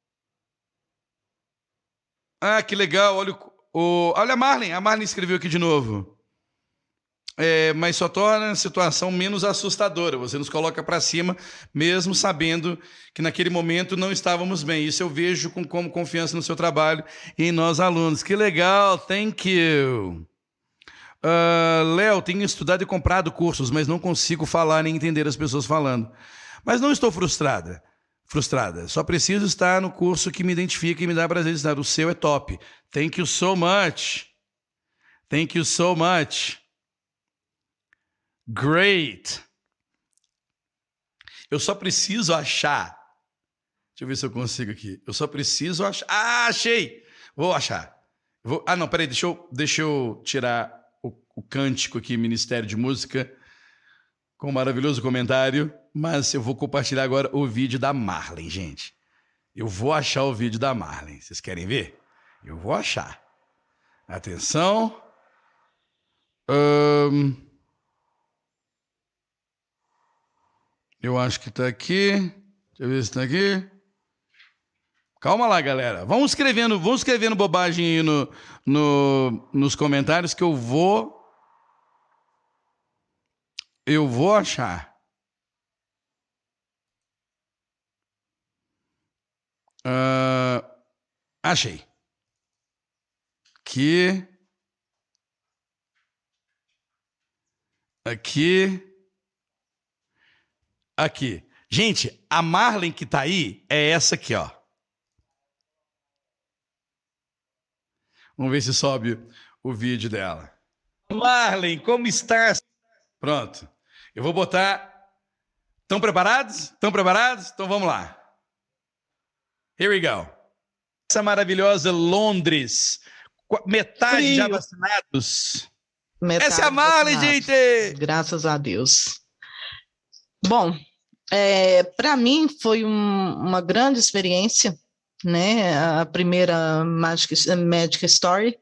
Ah, que legal. Olha, o... Olha a Marlene. A Marlene escreveu aqui de novo. É, mas só torna a situação menos assustadora. Você nos coloca para cima, mesmo sabendo que naquele momento não estávamos bem. Isso eu vejo com, como confiança no seu trabalho e em nós alunos. Que legal, thank you. Uh, Léo, tenho estudado e comprado cursos, mas não consigo falar nem entender as pessoas falando. Mas não estou frustrada. frustrada. Só preciso estar no curso que me identifica e me dá prazer de estar. O seu é top. Thank you so much. Thank you so much. Great. Eu só preciso achar. Deixa eu ver se eu consigo aqui. Eu só preciso achar. Ah, achei! Vou achar. Vou... Ah, não, peraí, deixa eu, deixa eu tirar o, o cântico aqui, Ministério de Música, com um maravilhoso comentário, mas eu vou compartilhar agora o vídeo da Marley, gente. Eu vou achar o vídeo da Marley. Vocês querem ver? Eu vou achar. Atenção. Um... Eu acho que tá aqui. Deixa eu ver se tá aqui. Calma lá, galera. Vamos escrevendo, vamos escrevendo bobagem aí no, no, nos comentários que eu vou... Eu vou achar. Uh, achei. Aqui. Aqui. Aqui. Gente, a Marley que tá aí é essa aqui, ó. Vamos ver se sobe o vídeo dela. Marley, como estás? Pronto. Eu vou botar... Estão preparados? Estão preparados? Então vamos lá. Here we go. Essa maravilhosa Londres. Metade Frio. Já vacinados. Metade Essa é a Marley, vacinados. Gente! Graças a Deus. Bom, é, para mim foi um, uma grande experiência, né? A primeira Magic, Magic Story.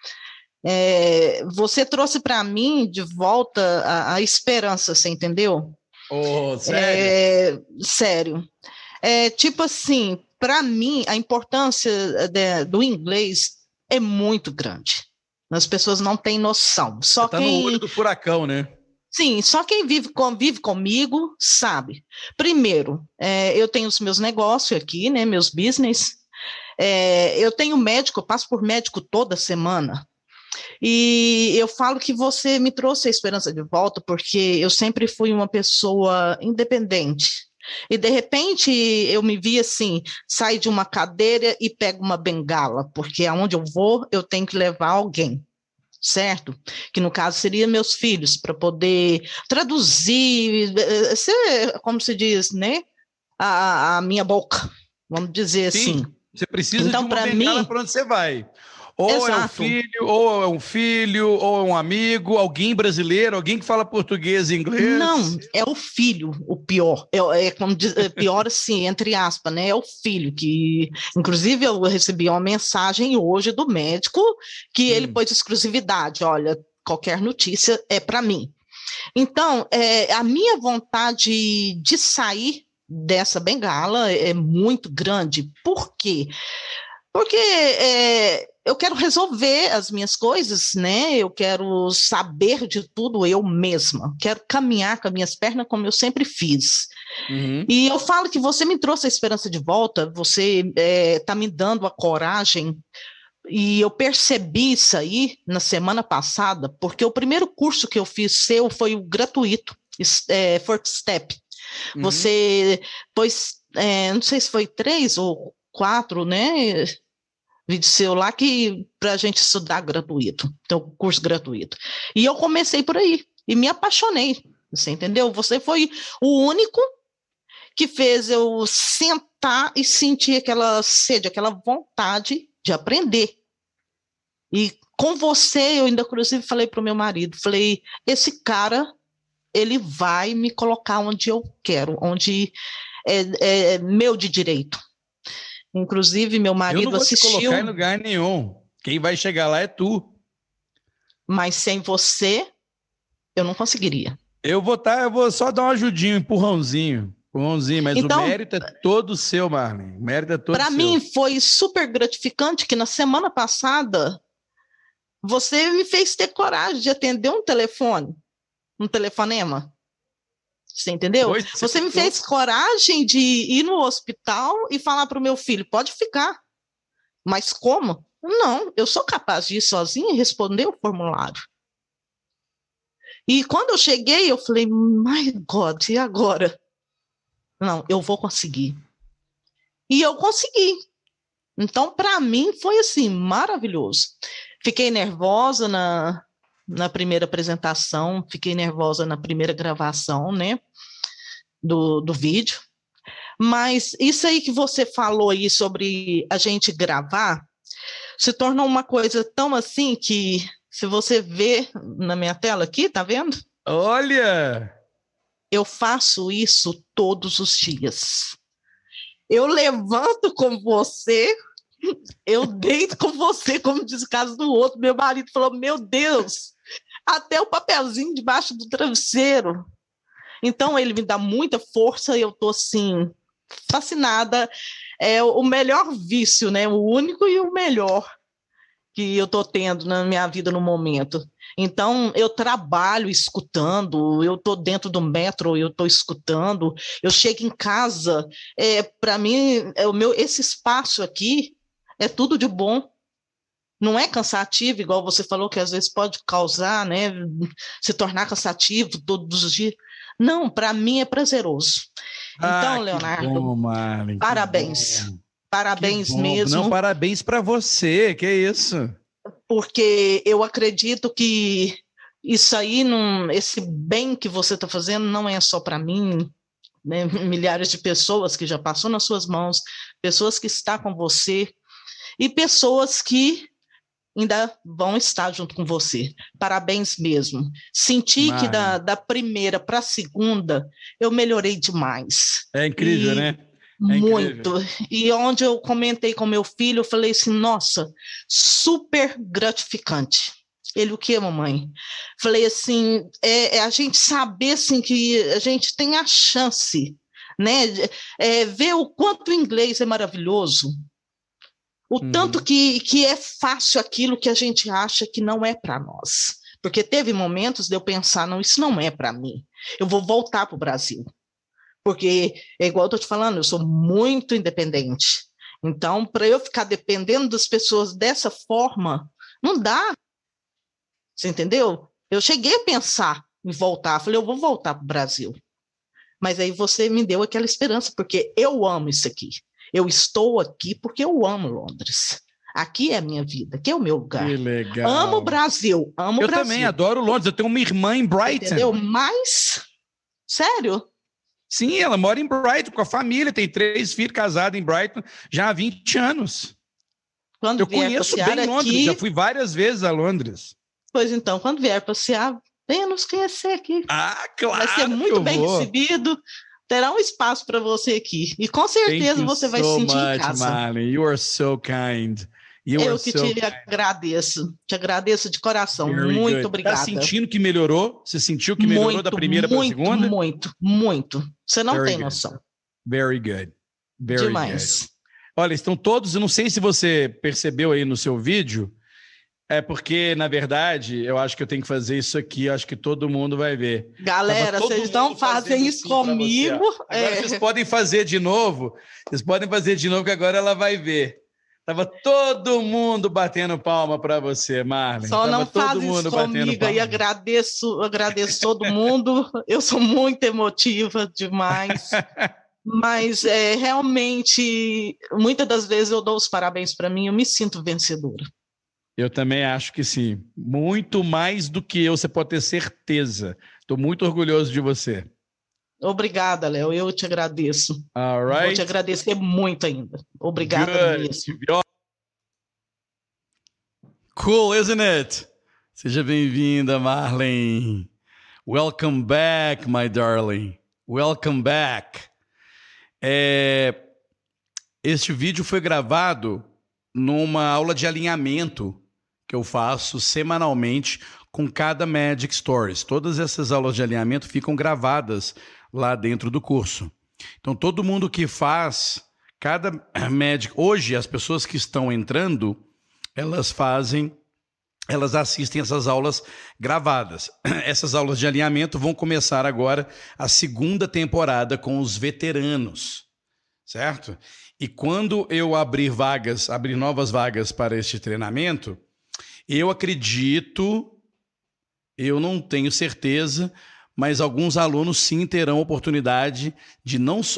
É, você trouxe para mim de volta a, a esperança, você entendeu? Oh, sério? É, sério. É, tipo assim, para mim, a importância de, do inglês é muito grande. As pessoas não têm noção. Só você tá quem... no olho do furacão, né? Sim, só quem vive, convive comigo sabe. Primeiro, é, eu tenho os meus negócios aqui, né, meus business. É, eu tenho médico, eu passo por médico toda semana. E eu falo que você me trouxe a esperança de volta porque eu sempre fui uma pessoa independente. E, de repente, eu me vi assim, sair de uma cadeira e pego uma bengala, porque aonde eu vou, eu tenho que levar alguém. Certo? Que no caso seria meus filhos, para poder traduzir, ser, como se diz, né? A, a minha boca, vamos dizer Sim, assim. Você precisa então, de uma bengala mim, para onde você vai. Ou exato. é um filho, ou é um filho, ou é um amigo, alguém brasileiro, alguém que fala português e inglês. Não, é o filho, o pior. É, é como diz, é pior assim, entre aspas, né? É o filho que, inclusive, eu recebi uma mensagem hoje do médico que hum. ele pôs exclusividade. Olha, qualquer notícia é para mim. Então, é, a minha vontade de sair dessa bengala é muito grande. Por quê? Porque é, eu quero resolver as minhas coisas, né? Eu quero saber de tudo eu mesma. Quero caminhar com as minhas pernas como eu sempre fiz. Uhum. E eu falo que você me trouxe a esperança de volta, você está é, me dando a coragem. E eu percebi isso aí na semana passada, porque o primeiro curso que eu fiz seu foi o gratuito, é, First Step. Uhum. Você pôs, é, não sei se foi três ou quatro, né? Vídeo seu lá que para a gente estudar gratuito, então curso gratuito. E eu comecei por aí e me apaixonei, você entendeu? Você foi o único que fez eu sentar e sentir aquela sede, aquela vontade de aprender. E com você eu ainda inclusive falei para o meu marido, falei, esse cara ele vai me colocar onde eu quero, onde é, é meu de direito. Inclusive, meu marido assistiu... Eu não vou assistiu, te colocar em lugar nenhum. Quem vai chegar lá é tu. Mas sem você, eu não conseguiria. Eu vou, tá, eu vou só dar uma ajudinha, um empurrãozinho. Empurrãozinho, mas então, o mérito é todo seu, Marley. O mérito é todo seu. Para mim, foi super gratificante que na semana passada você me fez ter coragem de atender um telefone, um telefonema. Você entendeu? Pois, você você me fez coragem de ir no hospital e falar para o meu filho, pode ficar. Mas como? Não, eu sou capaz de ir sozinha e responder o formulário. E quando eu cheguei, eu falei, my God, e agora? Não, eu vou conseguir. E eu consegui. Então, para mim, foi assim, maravilhoso. Fiquei nervosa na, na primeira apresentação, fiquei nervosa na primeira gravação, né, do, do vídeo. Mas isso aí que você falou aí sobre a gente gravar, se tornou uma coisa tão assim que, se você vê na minha tela aqui, tá vendo? Olha! Eu faço isso todos os dias. Eu levanto com você, eu deito com você, como diz o caso do outro. Meu marido falou, meu Deus, até o papelzinho debaixo do travesseiro. Então, ele me dá muita força e eu estou, assim, fascinada. É o melhor vício, né? O único e o melhor que eu estou tendo na minha vida no momento. Então, eu trabalho escutando, eu estou dentro do metrô, eu estou escutando, eu chego em casa, é, para mim, é o meu, esse espaço aqui é tudo de bom. Não é cansativo, igual você falou, que às vezes pode causar, né, se tornar cansativo todos os dias. Não, para mim é prazeroso. Então, Ah, Leonardo, que bom, Marlin, parabéns. que bom. Parabéns Que bom. mesmo. Não, parabéns para você, que é isso. Porque eu acredito que isso aí, não, esse bem que você está fazendo não é só para mim, né? Milhares de pessoas que já passou nas suas mãos, pessoas que estão com você e pessoas que ainda vão estar junto com você. Parabéns mesmo. Senti Mari. que da, da primeira para a segunda eu melhorei demais. É incrível, e... né? É muito. E onde eu comentei com meu filho, eu falei assim, nossa, super gratificante. Ele, o que, mamãe? Falei assim, é, é a gente saber assim, que a gente tem a chance, né? É, ver o quanto o inglês é maravilhoso, o uhum. tanto que, que é fácil aquilo que a gente acha que não é para nós. Porque teve momentos de eu pensar, não, isso não é para mim. Eu vou voltar para o Brasil. Porque, é igual eu estou te falando, eu sou muito independente. Então, para eu ficar dependendo das pessoas dessa forma, não dá. Você entendeu? Eu cheguei a pensar em voltar. Falei, eu vou voltar para o Brasil. Mas aí você me deu aquela esperança, porque eu amo isso aqui. Eu estou aqui porque eu amo Londres. Aqui é a minha vida, aqui é o meu lugar. Que legal. Amo o Brasil, amo eu o Brasil. Eu também adoro Londres, eu tenho uma irmã em Brighton. Entendeu? Mas, sério... Sim, ela mora em Brighton com a família, tem três filhos casados em Brighton já há vinte anos. Quando eu conheço bem aqui... Londres, já fui várias vezes a Londres. Pois então, quando vier passear, venha nos conhecer aqui. Ah, claro. Vai ser muito bem vou. recebido, terá um espaço para você aqui. E com certeza você vai so se sentir much, em casa. Marlin. You are so kind. You eu are que so te kind. agradeço, te agradeço de coração. Very muito good. obrigada. Tá sentindo que melhorou? Você sentiu que melhorou muito, da primeira para a segunda? Muito, muito. Você não Very tem good. noção. Very good. Very Demais. Good. Olha, estão todos, eu não sei se você percebeu aí no seu vídeo, é porque, na verdade, eu acho que eu tenho que fazer isso aqui, eu acho que todo mundo vai ver. Galera, vocês não fazem isso comigo. Agora é. vocês podem fazer de novo, vocês podem fazer de novo, que agora ela vai ver. Tava todo mundo batendo palma para você, Marlin. Só Tava não todo faz mundo isso batendo comigo palma. e agradeço, agradeço todo mundo. Eu sou muito emotiva demais. Mas é, realmente, muitas das vezes eu dou os parabéns para mim, eu me sinto vencedora. Eu também acho que sim. Muito mais do que eu, você pode ter certeza. Estou muito orgulhoso de você. Obrigada, Léo. Eu te agradeço. All right. Vou te agradecer muito ainda. Obrigada Good. mesmo. Cool, isn't it? Seja bem-vinda, Marlin. Welcome back, my darling. Welcome back. É... Este vídeo foi gravado numa aula de alinhamento que eu faço semanalmente com cada Magic Stories. Todas essas aulas de alinhamento ficam gravadas lá dentro do curso. Então, todo mundo que faz cada Magic... Hoje, as pessoas que estão entrando, elas fazem... Elas assistem essas aulas gravadas. Essas aulas de alinhamento vão começar agora a segunda temporada com os veteranos, certo? E quando eu abrir vagas, abrir novas vagas para este treinamento, eu acredito, eu não tenho certeza, mas alguns alunos sim terão oportunidade de não só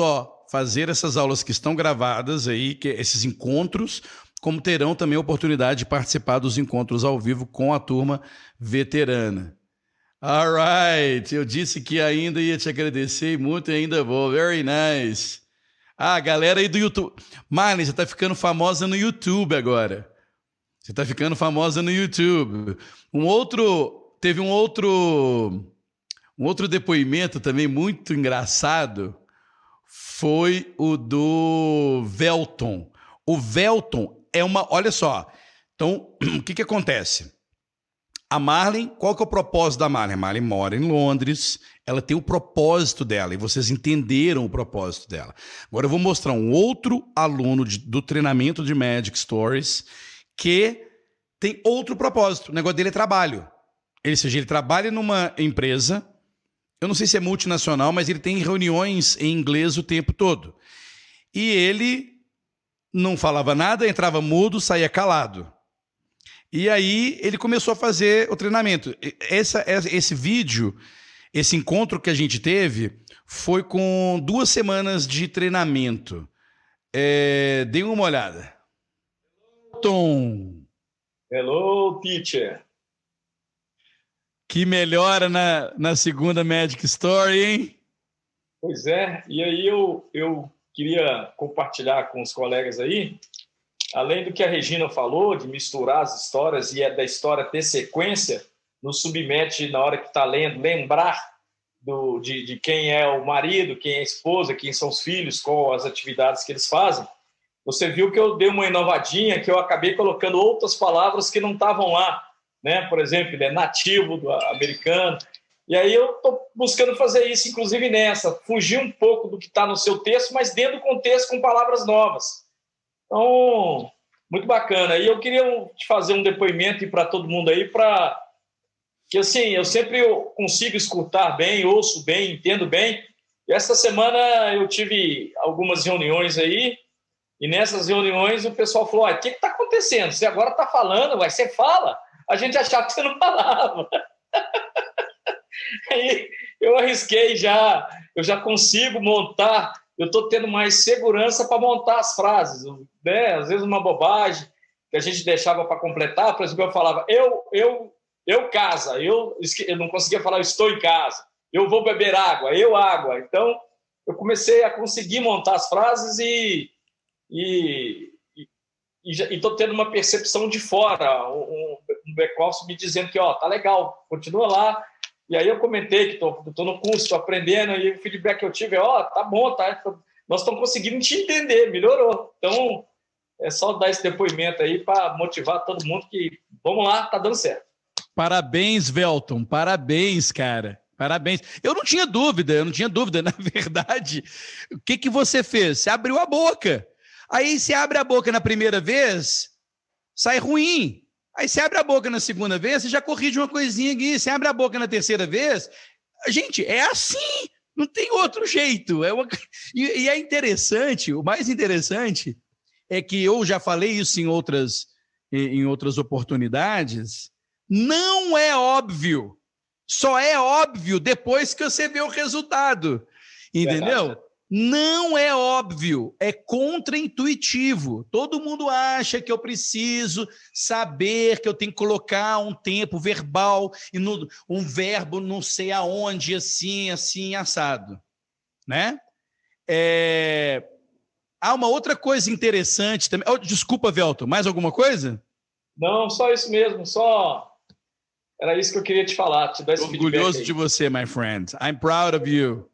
fazer essas aulas que estão gravadas aí, que esses encontros, como terão também a oportunidade de participar dos encontros ao vivo com a turma veterana. All right, eu disse que ainda ia te agradecer e muito e ainda vou. Very nice. Ah, galera aí do YouTube. Marlene, você tá ficando famosa no YouTube agora. Você tá ficando famosa no YouTube. Um outro, teve um outro, um outro depoimento também muito engraçado, foi o do Velton. O Velton é uma, olha só. Então, o que que acontece? A Marlene, qual que é o propósito da Marlene? A Marlene mora em Londres, ela tem o propósito dela, e vocês entenderam o propósito dela. Agora eu vou mostrar um outro aluno de, do treinamento de Magic Stories que tem outro propósito. O negócio dele é trabalho. Ele, ou seja, ele trabalha numa empresa, eu não sei se é multinacional, mas ele tem reuniões em inglês o tempo todo. E ele não falava nada, entrava mudo, saía calado. E aí ele começou a fazer o treinamento. Essa, esse vídeo, esse encontro que a gente teve, foi com duas semanas de treinamento. É, dê uma olhada. Tom. Hello, teacher. Que melhora na, na segunda Magic Story, hein? Pois é, e aí eu, eu queria compartilhar com os colegas aí, além do que a Regina falou, de misturar as histórias e é da história ter sequência, nos submete, na hora que está lendo, lembrar do, de, de quem é o marido, quem é a esposa, quem são os filhos, qual as atividades que eles fazem. Você viu que eu dei uma inovadinha, que eu acabei colocando outras palavras que não estavam lá, né? Por exemplo, ele é nativo do americano. E aí eu estou buscando fazer isso, inclusive nessa, fugir um pouco do que está no seu texto, mas dentro do contexto com palavras novas. Então, muito bacana. E eu queria te fazer um depoimento para todo mundo aí, para que, assim, eu sempre consigo escutar bem, ouço bem, entendo bem. E essa semana eu tive algumas reuniões aí, e nessas reuniões o pessoal falou, ah, o que está acontecendo? Você agora está falando, mas você fala? A gente achava que você não falava. Aí eu arrisquei já, eu já consigo montar... Eu estou tendo mais segurança para montar as frases, né? Às vezes uma bobagem que a gente deixava para completar, por exemplo, eu falava, eu, eu, eu casa, eu, eu não conseguia falar, eu estou em casa, eu vou beber água, eu água. Então, eu comecei a conseguir montar as frases e e estou tendo uma percepção de fora, um, um back-office me dizendo que, ó, tá legal, continua lá. E aí eu comentei que estou no curso, estou aprendendo, e o feedback que eu tive é, ó, oh, tá bom, tá, nós estamos conseguindo te entender, melhorou. Então, é só dar esse depoimento aí para motivar todo mundo que, vamos lá, tá dando certo. Parabéns, Velton, parabéns, cara, parabéns. Eu não tinha dúvida, eu não tinha dúvida, na verdade. O que, que você fez? Você abriu a boca. Aí você abre a boca na primeira vez, sai ruim. Aí você abre a boca na segunda vez, você já corrige uma coisinha aqui. Você abre a boca na terceira vez. Gente, é assim. Não tem outro jeito. É uma... e, e é interessante, o mais interessante é que eu já falei isso em outras, em outras oportunidades. Não é óbvio. Só é óbvio depois que você vê o resultado. Entendeu? Verdade. Não é óbvio, é contraintuitivo. Todo mundo acha que eu preciso saber que eu tenho que colocar um tempo verbal e no, um verbo não sei aonde, assim, assim, assado. Né? É... Há uma outra coisa interessante também. Oh, desculpa, Velton, mais alguma coisa? Não, só isso mesmo, só... Era isso que eu queria te falar. Te dar esse orgulhoso de você, my friend. I'm proud of you.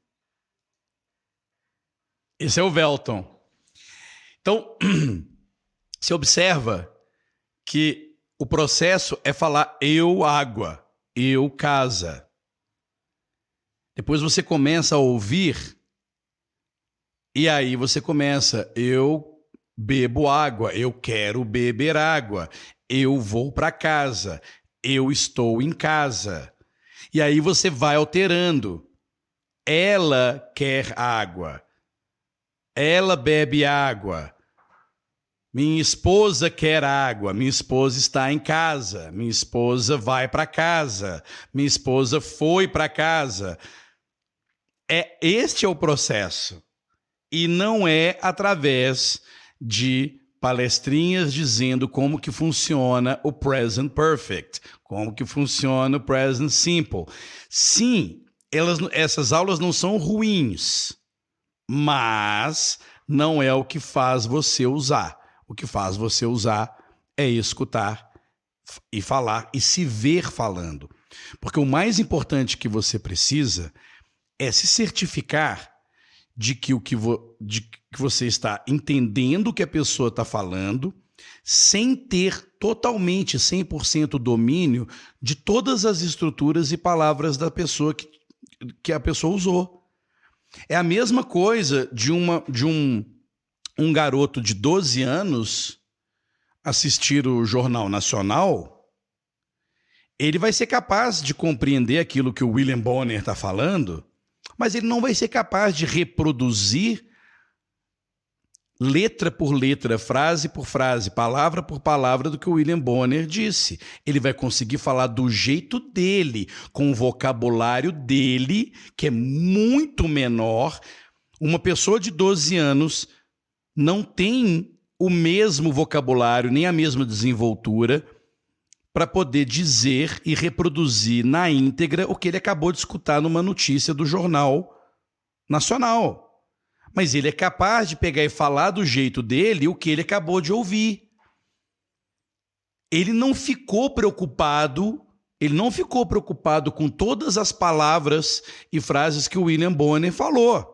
Esse é o Velton. Então, você observa que o processo é falar eu água, eu casa. Depois você começa a ouvir e aí você começa eu bebo água, eu quero beber água, eu vou para casa, eu estou em casa. E aí você vai alterando. Ela quer água. Ela bebe água. Minha esposa quer água. Minha esposa está em casa. Minha esposa vai para casa. Minha esposa foi para casa. É, este é o processo. E não é através de palestrinhas dizendo como que funciona o present perfect, como que funciona o present simple. Sim, elas, essas aulas não são ruins, mas não é o que faz você usar. O que faz você usar é escutar e falar e se ver falando. Porque o mais importante que você precisa é se certificar de que, o que, vo, de que você está entendendo o que a pessoa está falando, sem ter totalmente cem por cento domínio de todas as estruturas e palavras da pessoa que, que a pessoa usou. É a mesma coisa de, uma, de um, um garoto de doze anos assistir o Jornal Nacional. Ele vai ser capaz de compreender aquilo que o William Bonner está falando, mas ele não vai ser capaz de reproduzir letra por letra, frase por frase, palavra por palavra do que o William Bonner disse. Ele vai conseguir falar do jeito dele, com o vocabulário dele, que é muito menor. Uma pessoa de doze anos não tem o mesmo vocabulário, nem a mesma desenvoltura para poder dizer e reproduzir na íntegra o que ele acabou de escutar numa notícia do Jornal Nacional. Mas ele é capaz de pegar e falar do jeito dele o que ele acabou de ouvir. Ele não ficou preocupado, ele não ficou preocupado com todas as palavras e frases que o William Bonner falou.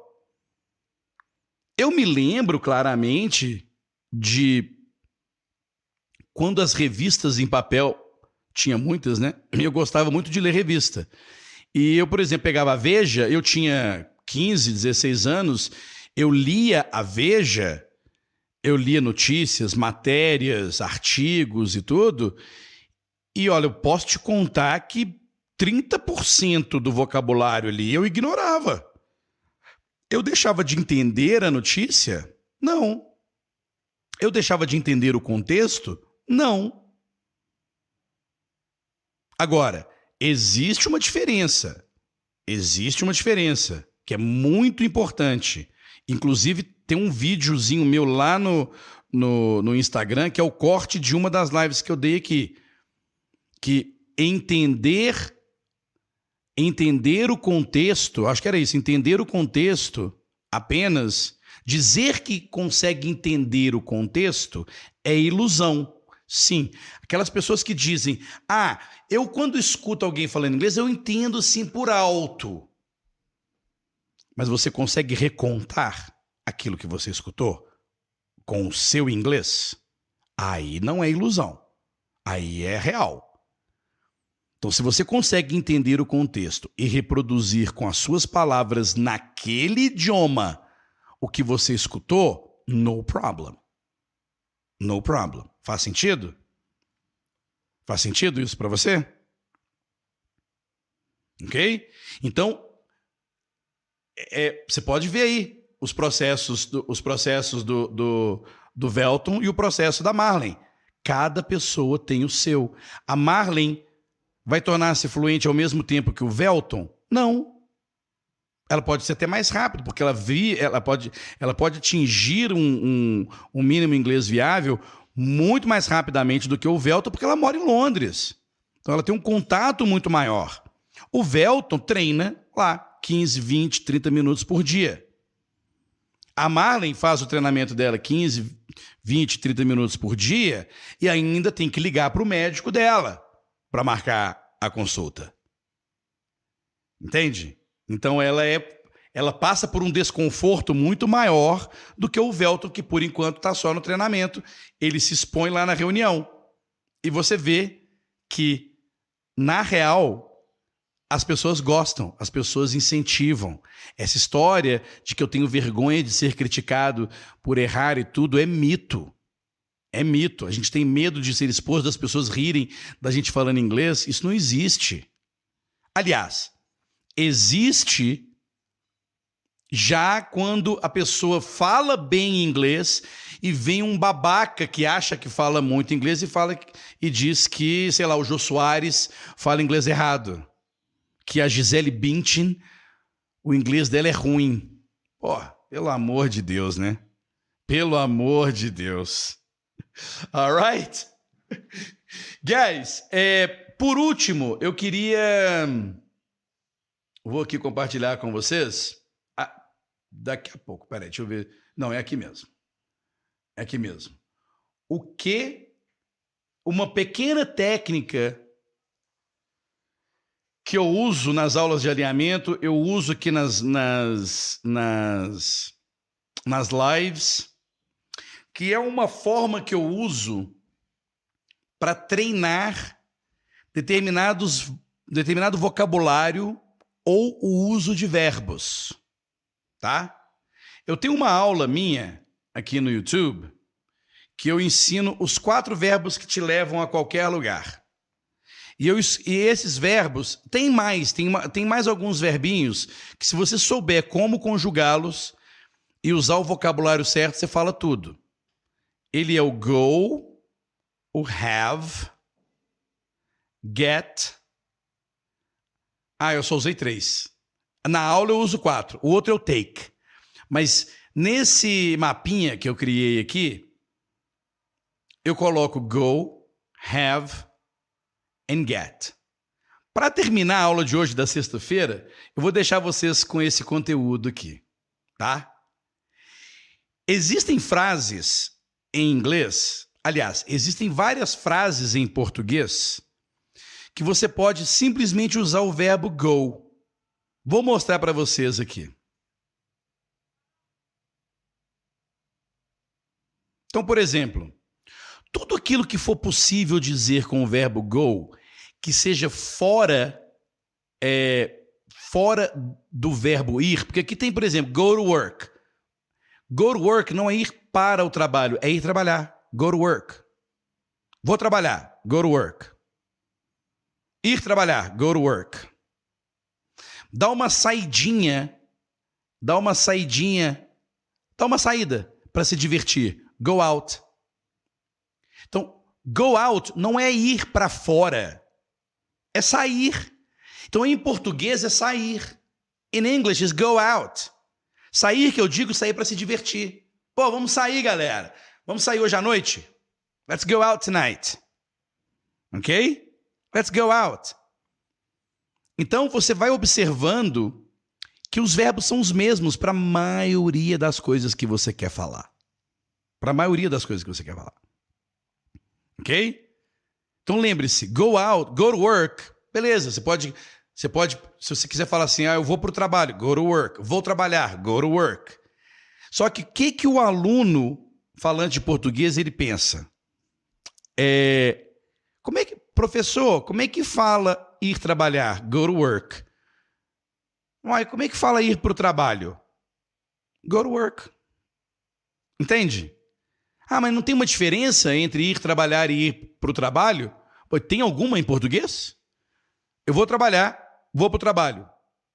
Eu me lembro claramente de quando as revistas em papel, tinha muitas, né? Eu gostava muito de ler revista. E eu, por exemplo, pegava a Veja, eu tinha quinze, dezesseis anos, eu lia a Veja, eu lia notícias, matérias, artigos e tudo, e olha, eu posso te contar que trinta por cento do vocabulário ali eu ignorava. Eu deixava de entender a notícia? Não. Eu deixava de entender o contexto? Não. Agora, existe uma diferença. Existe uma diferença que é muito importante. Inclusive, tem um videozinho meu lá no, no, no Instagram, que é o corte de uma das lives que eu dei aqui. Que entender, entender o contexto, acho que era isso, entender o contexto apenas, dizer que consegue entender o contexto é ilusão. Sim, aquelas pessoas que dizem, ah, eu quando escuto alguém falando inglês, eu entendo sim por alto. Mas você consegue recontar aquilo que você escutou com o seu inglês? Aí não é ilusão, aí é real. Então, se você consegue entender o contexto e reproduzir com as suas palavras naquele idioma o que você escutou, no problem. No problem. Faz sentido? Faz sentido isso para você? Ok? Então, é, você pode ver aí os processos, do, os processos do, do, do Velton e o processo da Marlene. Cada pessoa tem o seu. A Marlene vai tornar-se fluente ao mesmo tempo que o Velton? Não. Ela pode ser até mais rápido, porque ela, vi, ela, pode, ela pode atingir um, um, um mínimo inglês viável muito mais rapidamente do que o Velton, porque ela mora em Londres. Então ela tem um contato muito maior. O Velton treina lá quinze, vinte, trinta minutos por dia. A Marlene faz o treinamento dela quinze, vinte, trinta minutos por dia e ainda tem que ligar para o médico dela para marcar a consulta. Entende? Então ela é, ela passa por um desconforto muito maior do que o Velton, que por enquanto está só no treinamento. Ele se expõe lá na reunião. E você vê que, na real, as pessoas gostam, as pessoas incentivam. Essa história de que eu tenho vergonha de ser criticado por errar e tudo é mito. É mito. A gente tem medo de ser exposto, das pessoas rirem da gente falando inglês. Isso não existe. Aliás, existe já quando a pessoa fala bem inglês e vem um babaca que acha que fala muito inglês e, fala, e diz que, sei lá, o Jô Soares fala inglês errado. Que a Gisele Bündchen, o inglês dela é ruim. Pô, Pelo amor de Deus, né? Pelo amor de Deus. All right? Guys, é, por último, eu queria... Vou aqui compartilhar com vocês. Ah, daqui a pouco, peraí, deixa eu ver. Não, é aqui mesmo. É aqui mesmo. O que uma pequena técnica que eu uso nas aulas de alinhamento, eu uso aqui nas, nas, nas, nas lives, que é uma forma que eu uso para treinar determinados, determinado vocabulário ou o uso de verbos, tá? Eu tenho uma aula minha aqui no YouTube que eu ensino os quatro verbos que te levam a qualquer lugar. E, eu, e esses verbos, tem mais, tem, tem mais alguns verbinhos que se você souber como conjugá-los e usar o vocabulário certo, você fala tudo. Ele é o go, o have, get. Ah, eu só usei três. Na aula eu uso quatro, o outro é o take. Mas nesse mapinha que eu criei aqui, eu coloco go, have and get. Para terminar a aula de hoje da sexta-feira, eu vou deixar vocês com esse conteúdo aqui, tá? Existem frases em inglês, aliás, existem várias frases em português que você pode simplesmente usar o verbo go. Vou mostrar para vocês aqui. Então, por exemplo, tudo aquilo que for possível dizer com o verbo go, que seja fora, é, fora do verbo ir, porque aqui tem, por exemplo, go to work. Go to work não é ir para o trabalho, é ir trabalhar. Go to work. Vou trabalhar. Go to work. Ir trabalhar. Go to work. Dá uma saidinha, dá uma saidinha, dá uma saída para se divertir. Go out. Então, go out não é ir para fora, é sair. Então, em português é sair. In English is go out. Sair, que eu digo, sair para se divertir. Pô, vamos sair, galera. Vamos sair hoje à noite? Let's go out tonight. Ok? Let's go out. Então, você vai observando que os verbos são os mesmos para a maioria das coisas que você quer falar. Para a maioria das coisas que você quer falar. Ok? Então, lembre-se, go out, go to work. Beleza, você pode, você pode, se você quiser falar assim, ah, eu vou para o trabalho, go to work. Vou trabalhar, go to work. Só que o que, que o aluno falante de português ele pensa? É, como é que, professor, como é que fala ir trabalhar? Go to work. Uai, como é que fala ir para o trabalho? Go to work. Entende? Ah, mas não tem uma diferença entre ir trabalhar e ir para o trabalho? Pô, tem alguma em português? Eu vou trabalhar, vou para o trabalho.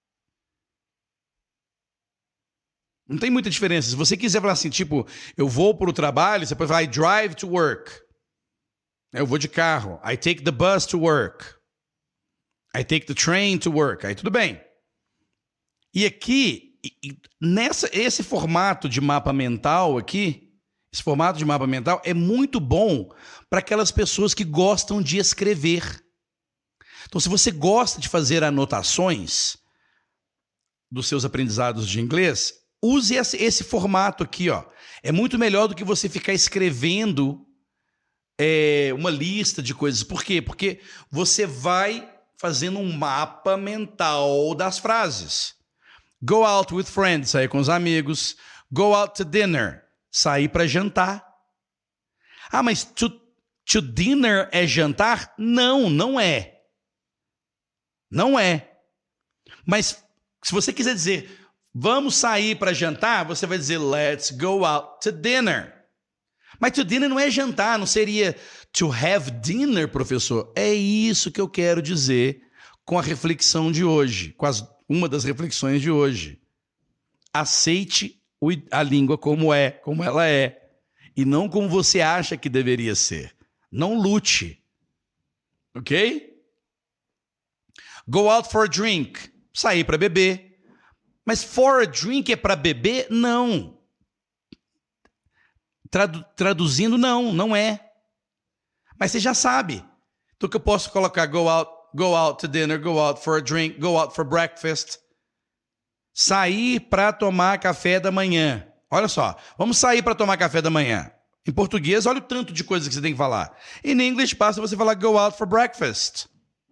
Não tem muita diferença. Se você quiser falar assim, tipo, eu vou para o trabalho, você pode falar I drive to work. Eu vou de carro. I take the bus to work. I take the train to work. Aí tudo bem. E aqui, nessa, esse formato de mapa mental aqui, esse formato de mapa mental é muito bom para aquelas pessoas que gostam de escrever. Então, se você gosta de fazer anotações dos seus aprendizados de inglês, use esse, esse formato aqui, ó. É muito melhor do que você ficar escrevendo é, uma lista de coisas. Por quê? Porque você vai fazendo um mapa mental das frases. Go out with friends, sair com os amigos. Go out to dinner, sair para jantar. Ah, mas to, to dinner é jantar? Não, não é. Não é. Mas se você quiser dizer, vamos sair para jantar, você vai dizer, let's go out to dinner. Mas to dinner não é jantar, não seria to have dinner, professor? É isso que eu quero dizer com a reflexão de hoje, com as, uma das reflexões de hoje. Aceite a língua como é, como ela é, e não como você acha que deveria ser. Não lute. Ok? Go out for a drink. Sair para beber. Mas for a drink é para beber? Não. Tradu- traduzindo, não, não é. Mas você já sabe. Então que eu posso colocar go out, go out to dinner, go out for a drink, go out for breakfast. Sair para tomar café da manhã. Olha só, vamos sair para tomar café da manhã. Em português, olha o tanto de coisas que você tem que falar. Em inglês, basta você falar go out for breakfast.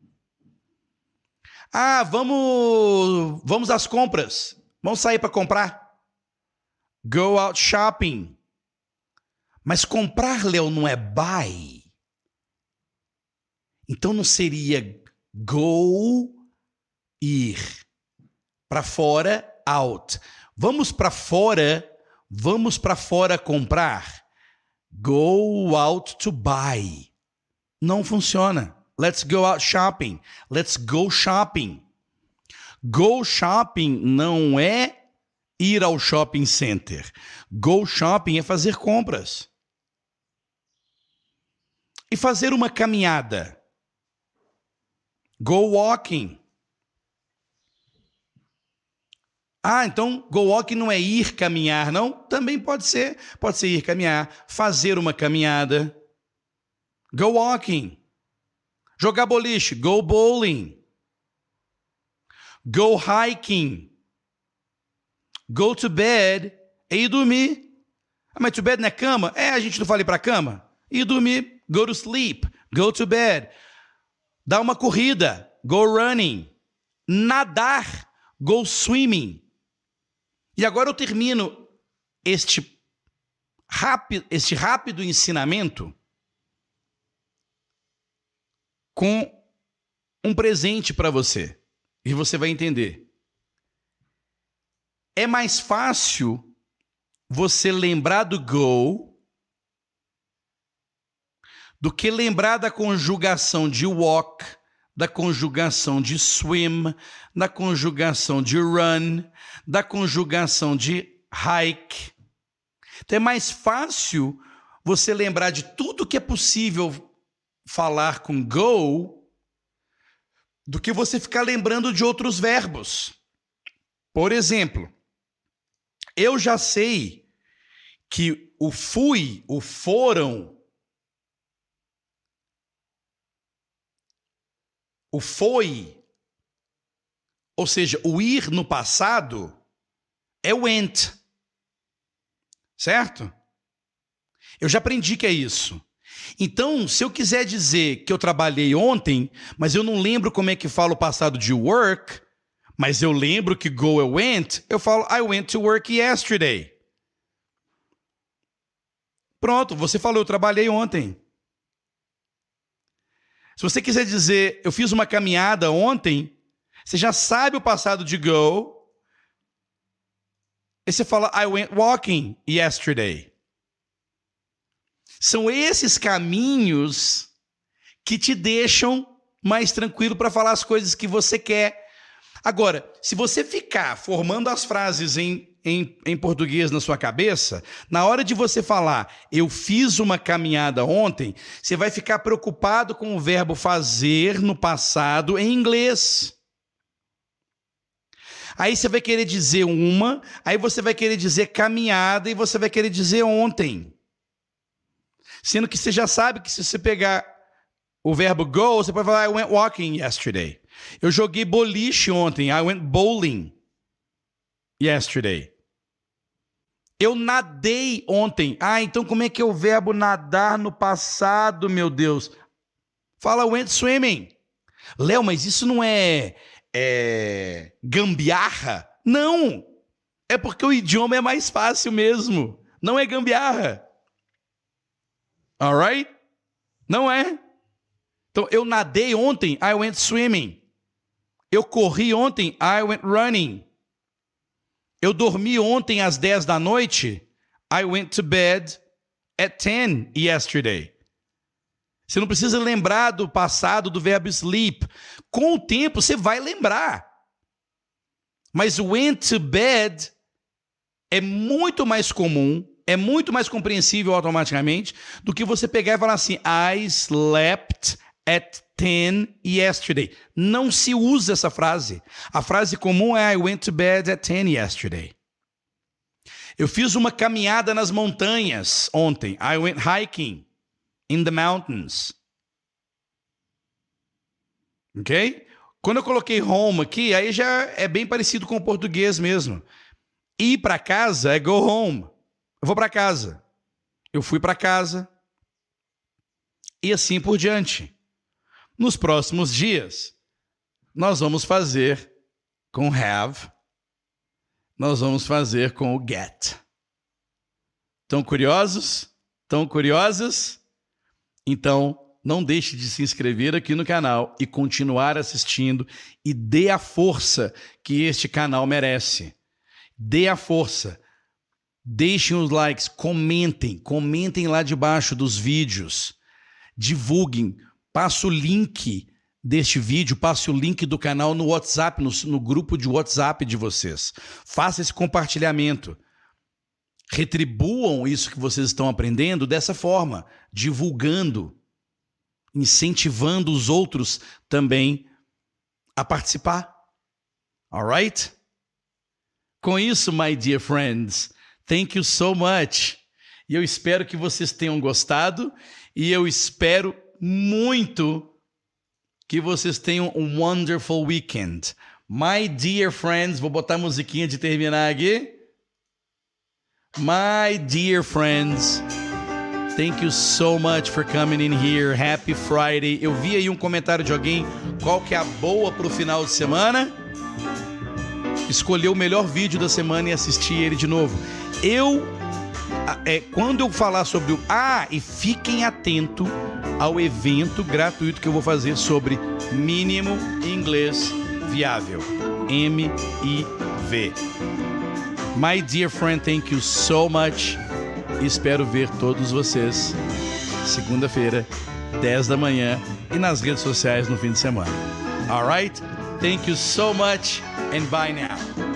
Ah, vamos, vamos às compras. Vamos sair para comprar. Go out shopping. Mas comprar, Léo, não é buy. Então não seria go, ir. Para fora, out. Vamos para fora, vamos para fora comprar. Go out to buy. Não funciona. Let's go out shopping. Let's go shopping. Go shopping não é ir ao shopping center. Go shopping é fazer compras. E fazer uma caminhada. Go walking. Ah, então go walking não é ir caminhar, não? Também pode ser. Pode ser ir caminhar, fazer uma caminhada. Go walking. Jogar boliche, go bowling. Go hiking. Go to bed é ir dormir. Ah, mas to bed não é cama? É, a gente não fala ir para cama. Ir dormir, go to sleep, go to bed. Dar uma corrida, go running. Nadar, go swimming. E agora eu termino este rápido, este rápido ensinamento com um presente para você. E você vai entender. É mais fácil você lembrar do go do que lembrar da conjugação de walk, da conjugação de swim, da conjugação de run, da conjugação de hike. Então é mais fácil você lembrar de tudo que é possível falar com go do que você ficar lembrando de outros verbos. Por exemplo, eu já sei que o fui, o foram, o foi, ou seja, o ir no passado é went. Certo? Eu já aprendi que é isso. Então, se eu quiser dizer que eu trabalhei ontem, mas eu não lembro como é que fala o passado de work, mas eu lembro que go é went, eu falo I went to work yesterday. Pronto, você falou eu trabalhei ontem. Se você quiser dizer eu fiz uma caminhada ontem, você já sabe o passado de go, e você fala I went walking yesterday. São esses caminhos que te deixam mais tranquilo para falar as coisas que você quer. Agora, se você ficar formando as frases em, em, em português na sua cabeça, na hora de você falar, eu fiz uma caminhada ontem, você vai ficar preocupado com o verbo fazer no passado em inglês. Aí você vai querer dizer uma, aí você vai querer dizer caminhada e você vai querer dizer ontem. Sendo que você já sabe que se você pegar o verbo go, você pode falar I went walking yesterday. Eu joguei boliche ontem. I went bowling yesterday. Eu nadei ontem. Ah, então como é que é o verbo nadar no passado, meu Deus? Fala went swimming. Léo, mas isso não é, é gambiarra? Não. É porque o idioma é mais fácil mesmo. Não é gambiarra. Alright? Não é? Então, eu nadei ontem, I went swimming. Eu corri ontem, I went running. Eu dormi ontem às dez da noite, I went to bed at ten yesterday. Você não precisa lembrar do passado do verbo sleep. Com o tempo, você vai lembrar. Mas went to bed é muito mais comum, é muito mais compreensível automaticamente do que você pegar e falar assim, I slept at ten yesterday. Não se usa essa frase. A frase comum é I went to bed at ten yesterday. Eu fiz uma caminhada nas montanhas ontem. I went hiking in the mountains. Ok? Quando eu coloquei home aqui, aí já é bem parecido com o português mesmo. Ir para casa é go home. Eu vou para casa. Eu fui para casa. E assim por diante. Nos próximos dias, nós vamos fazer com have. Nós vamos fazer com o get. Estão curiosos? Estão curiosas? Então, não deixe de se inscrever aqui no canal e continuar assistindo e dê a força que este canal merece. Dê a força. Deixem os likes, comentem, comentem lá debaixo dos vídeos. Divulguem, passa o link deste vídeo, passe o link do canal no WhatsApp, no, no grupo de WhatsApp de vocês. Faça esse compartilhamento. Retribuam isso que vocês estão aprendendo dessa forma, divulgando, incentivando os outros também a participar. Alright? Com isso, my dear friends, thank you so much. E eu espero que vocês tenham gostado e eu espero muito que vocês tenham um wonderful weekend. My dear friends, vou botar a musiquinha de terminar aqui. My dear friends, thank you so much for coming in here. Happy Friday. Eu vi aí um comentário de alguém, qual que é a boa pro final de semana? Escolher o melhor vídeo da semana e assistir ele de novo. Eu, é, quando eu falar sobre o... Ah, e fiquem atentos ao evento gratuito que eu vou fazer sobre mínimo inglês viável. M I V. My dear friend, thank you so much. Espero ver todos vocês segunda-feira, dez da manhã e nas redes sociais no fim de semana. Alright? Thank you so much and bye now.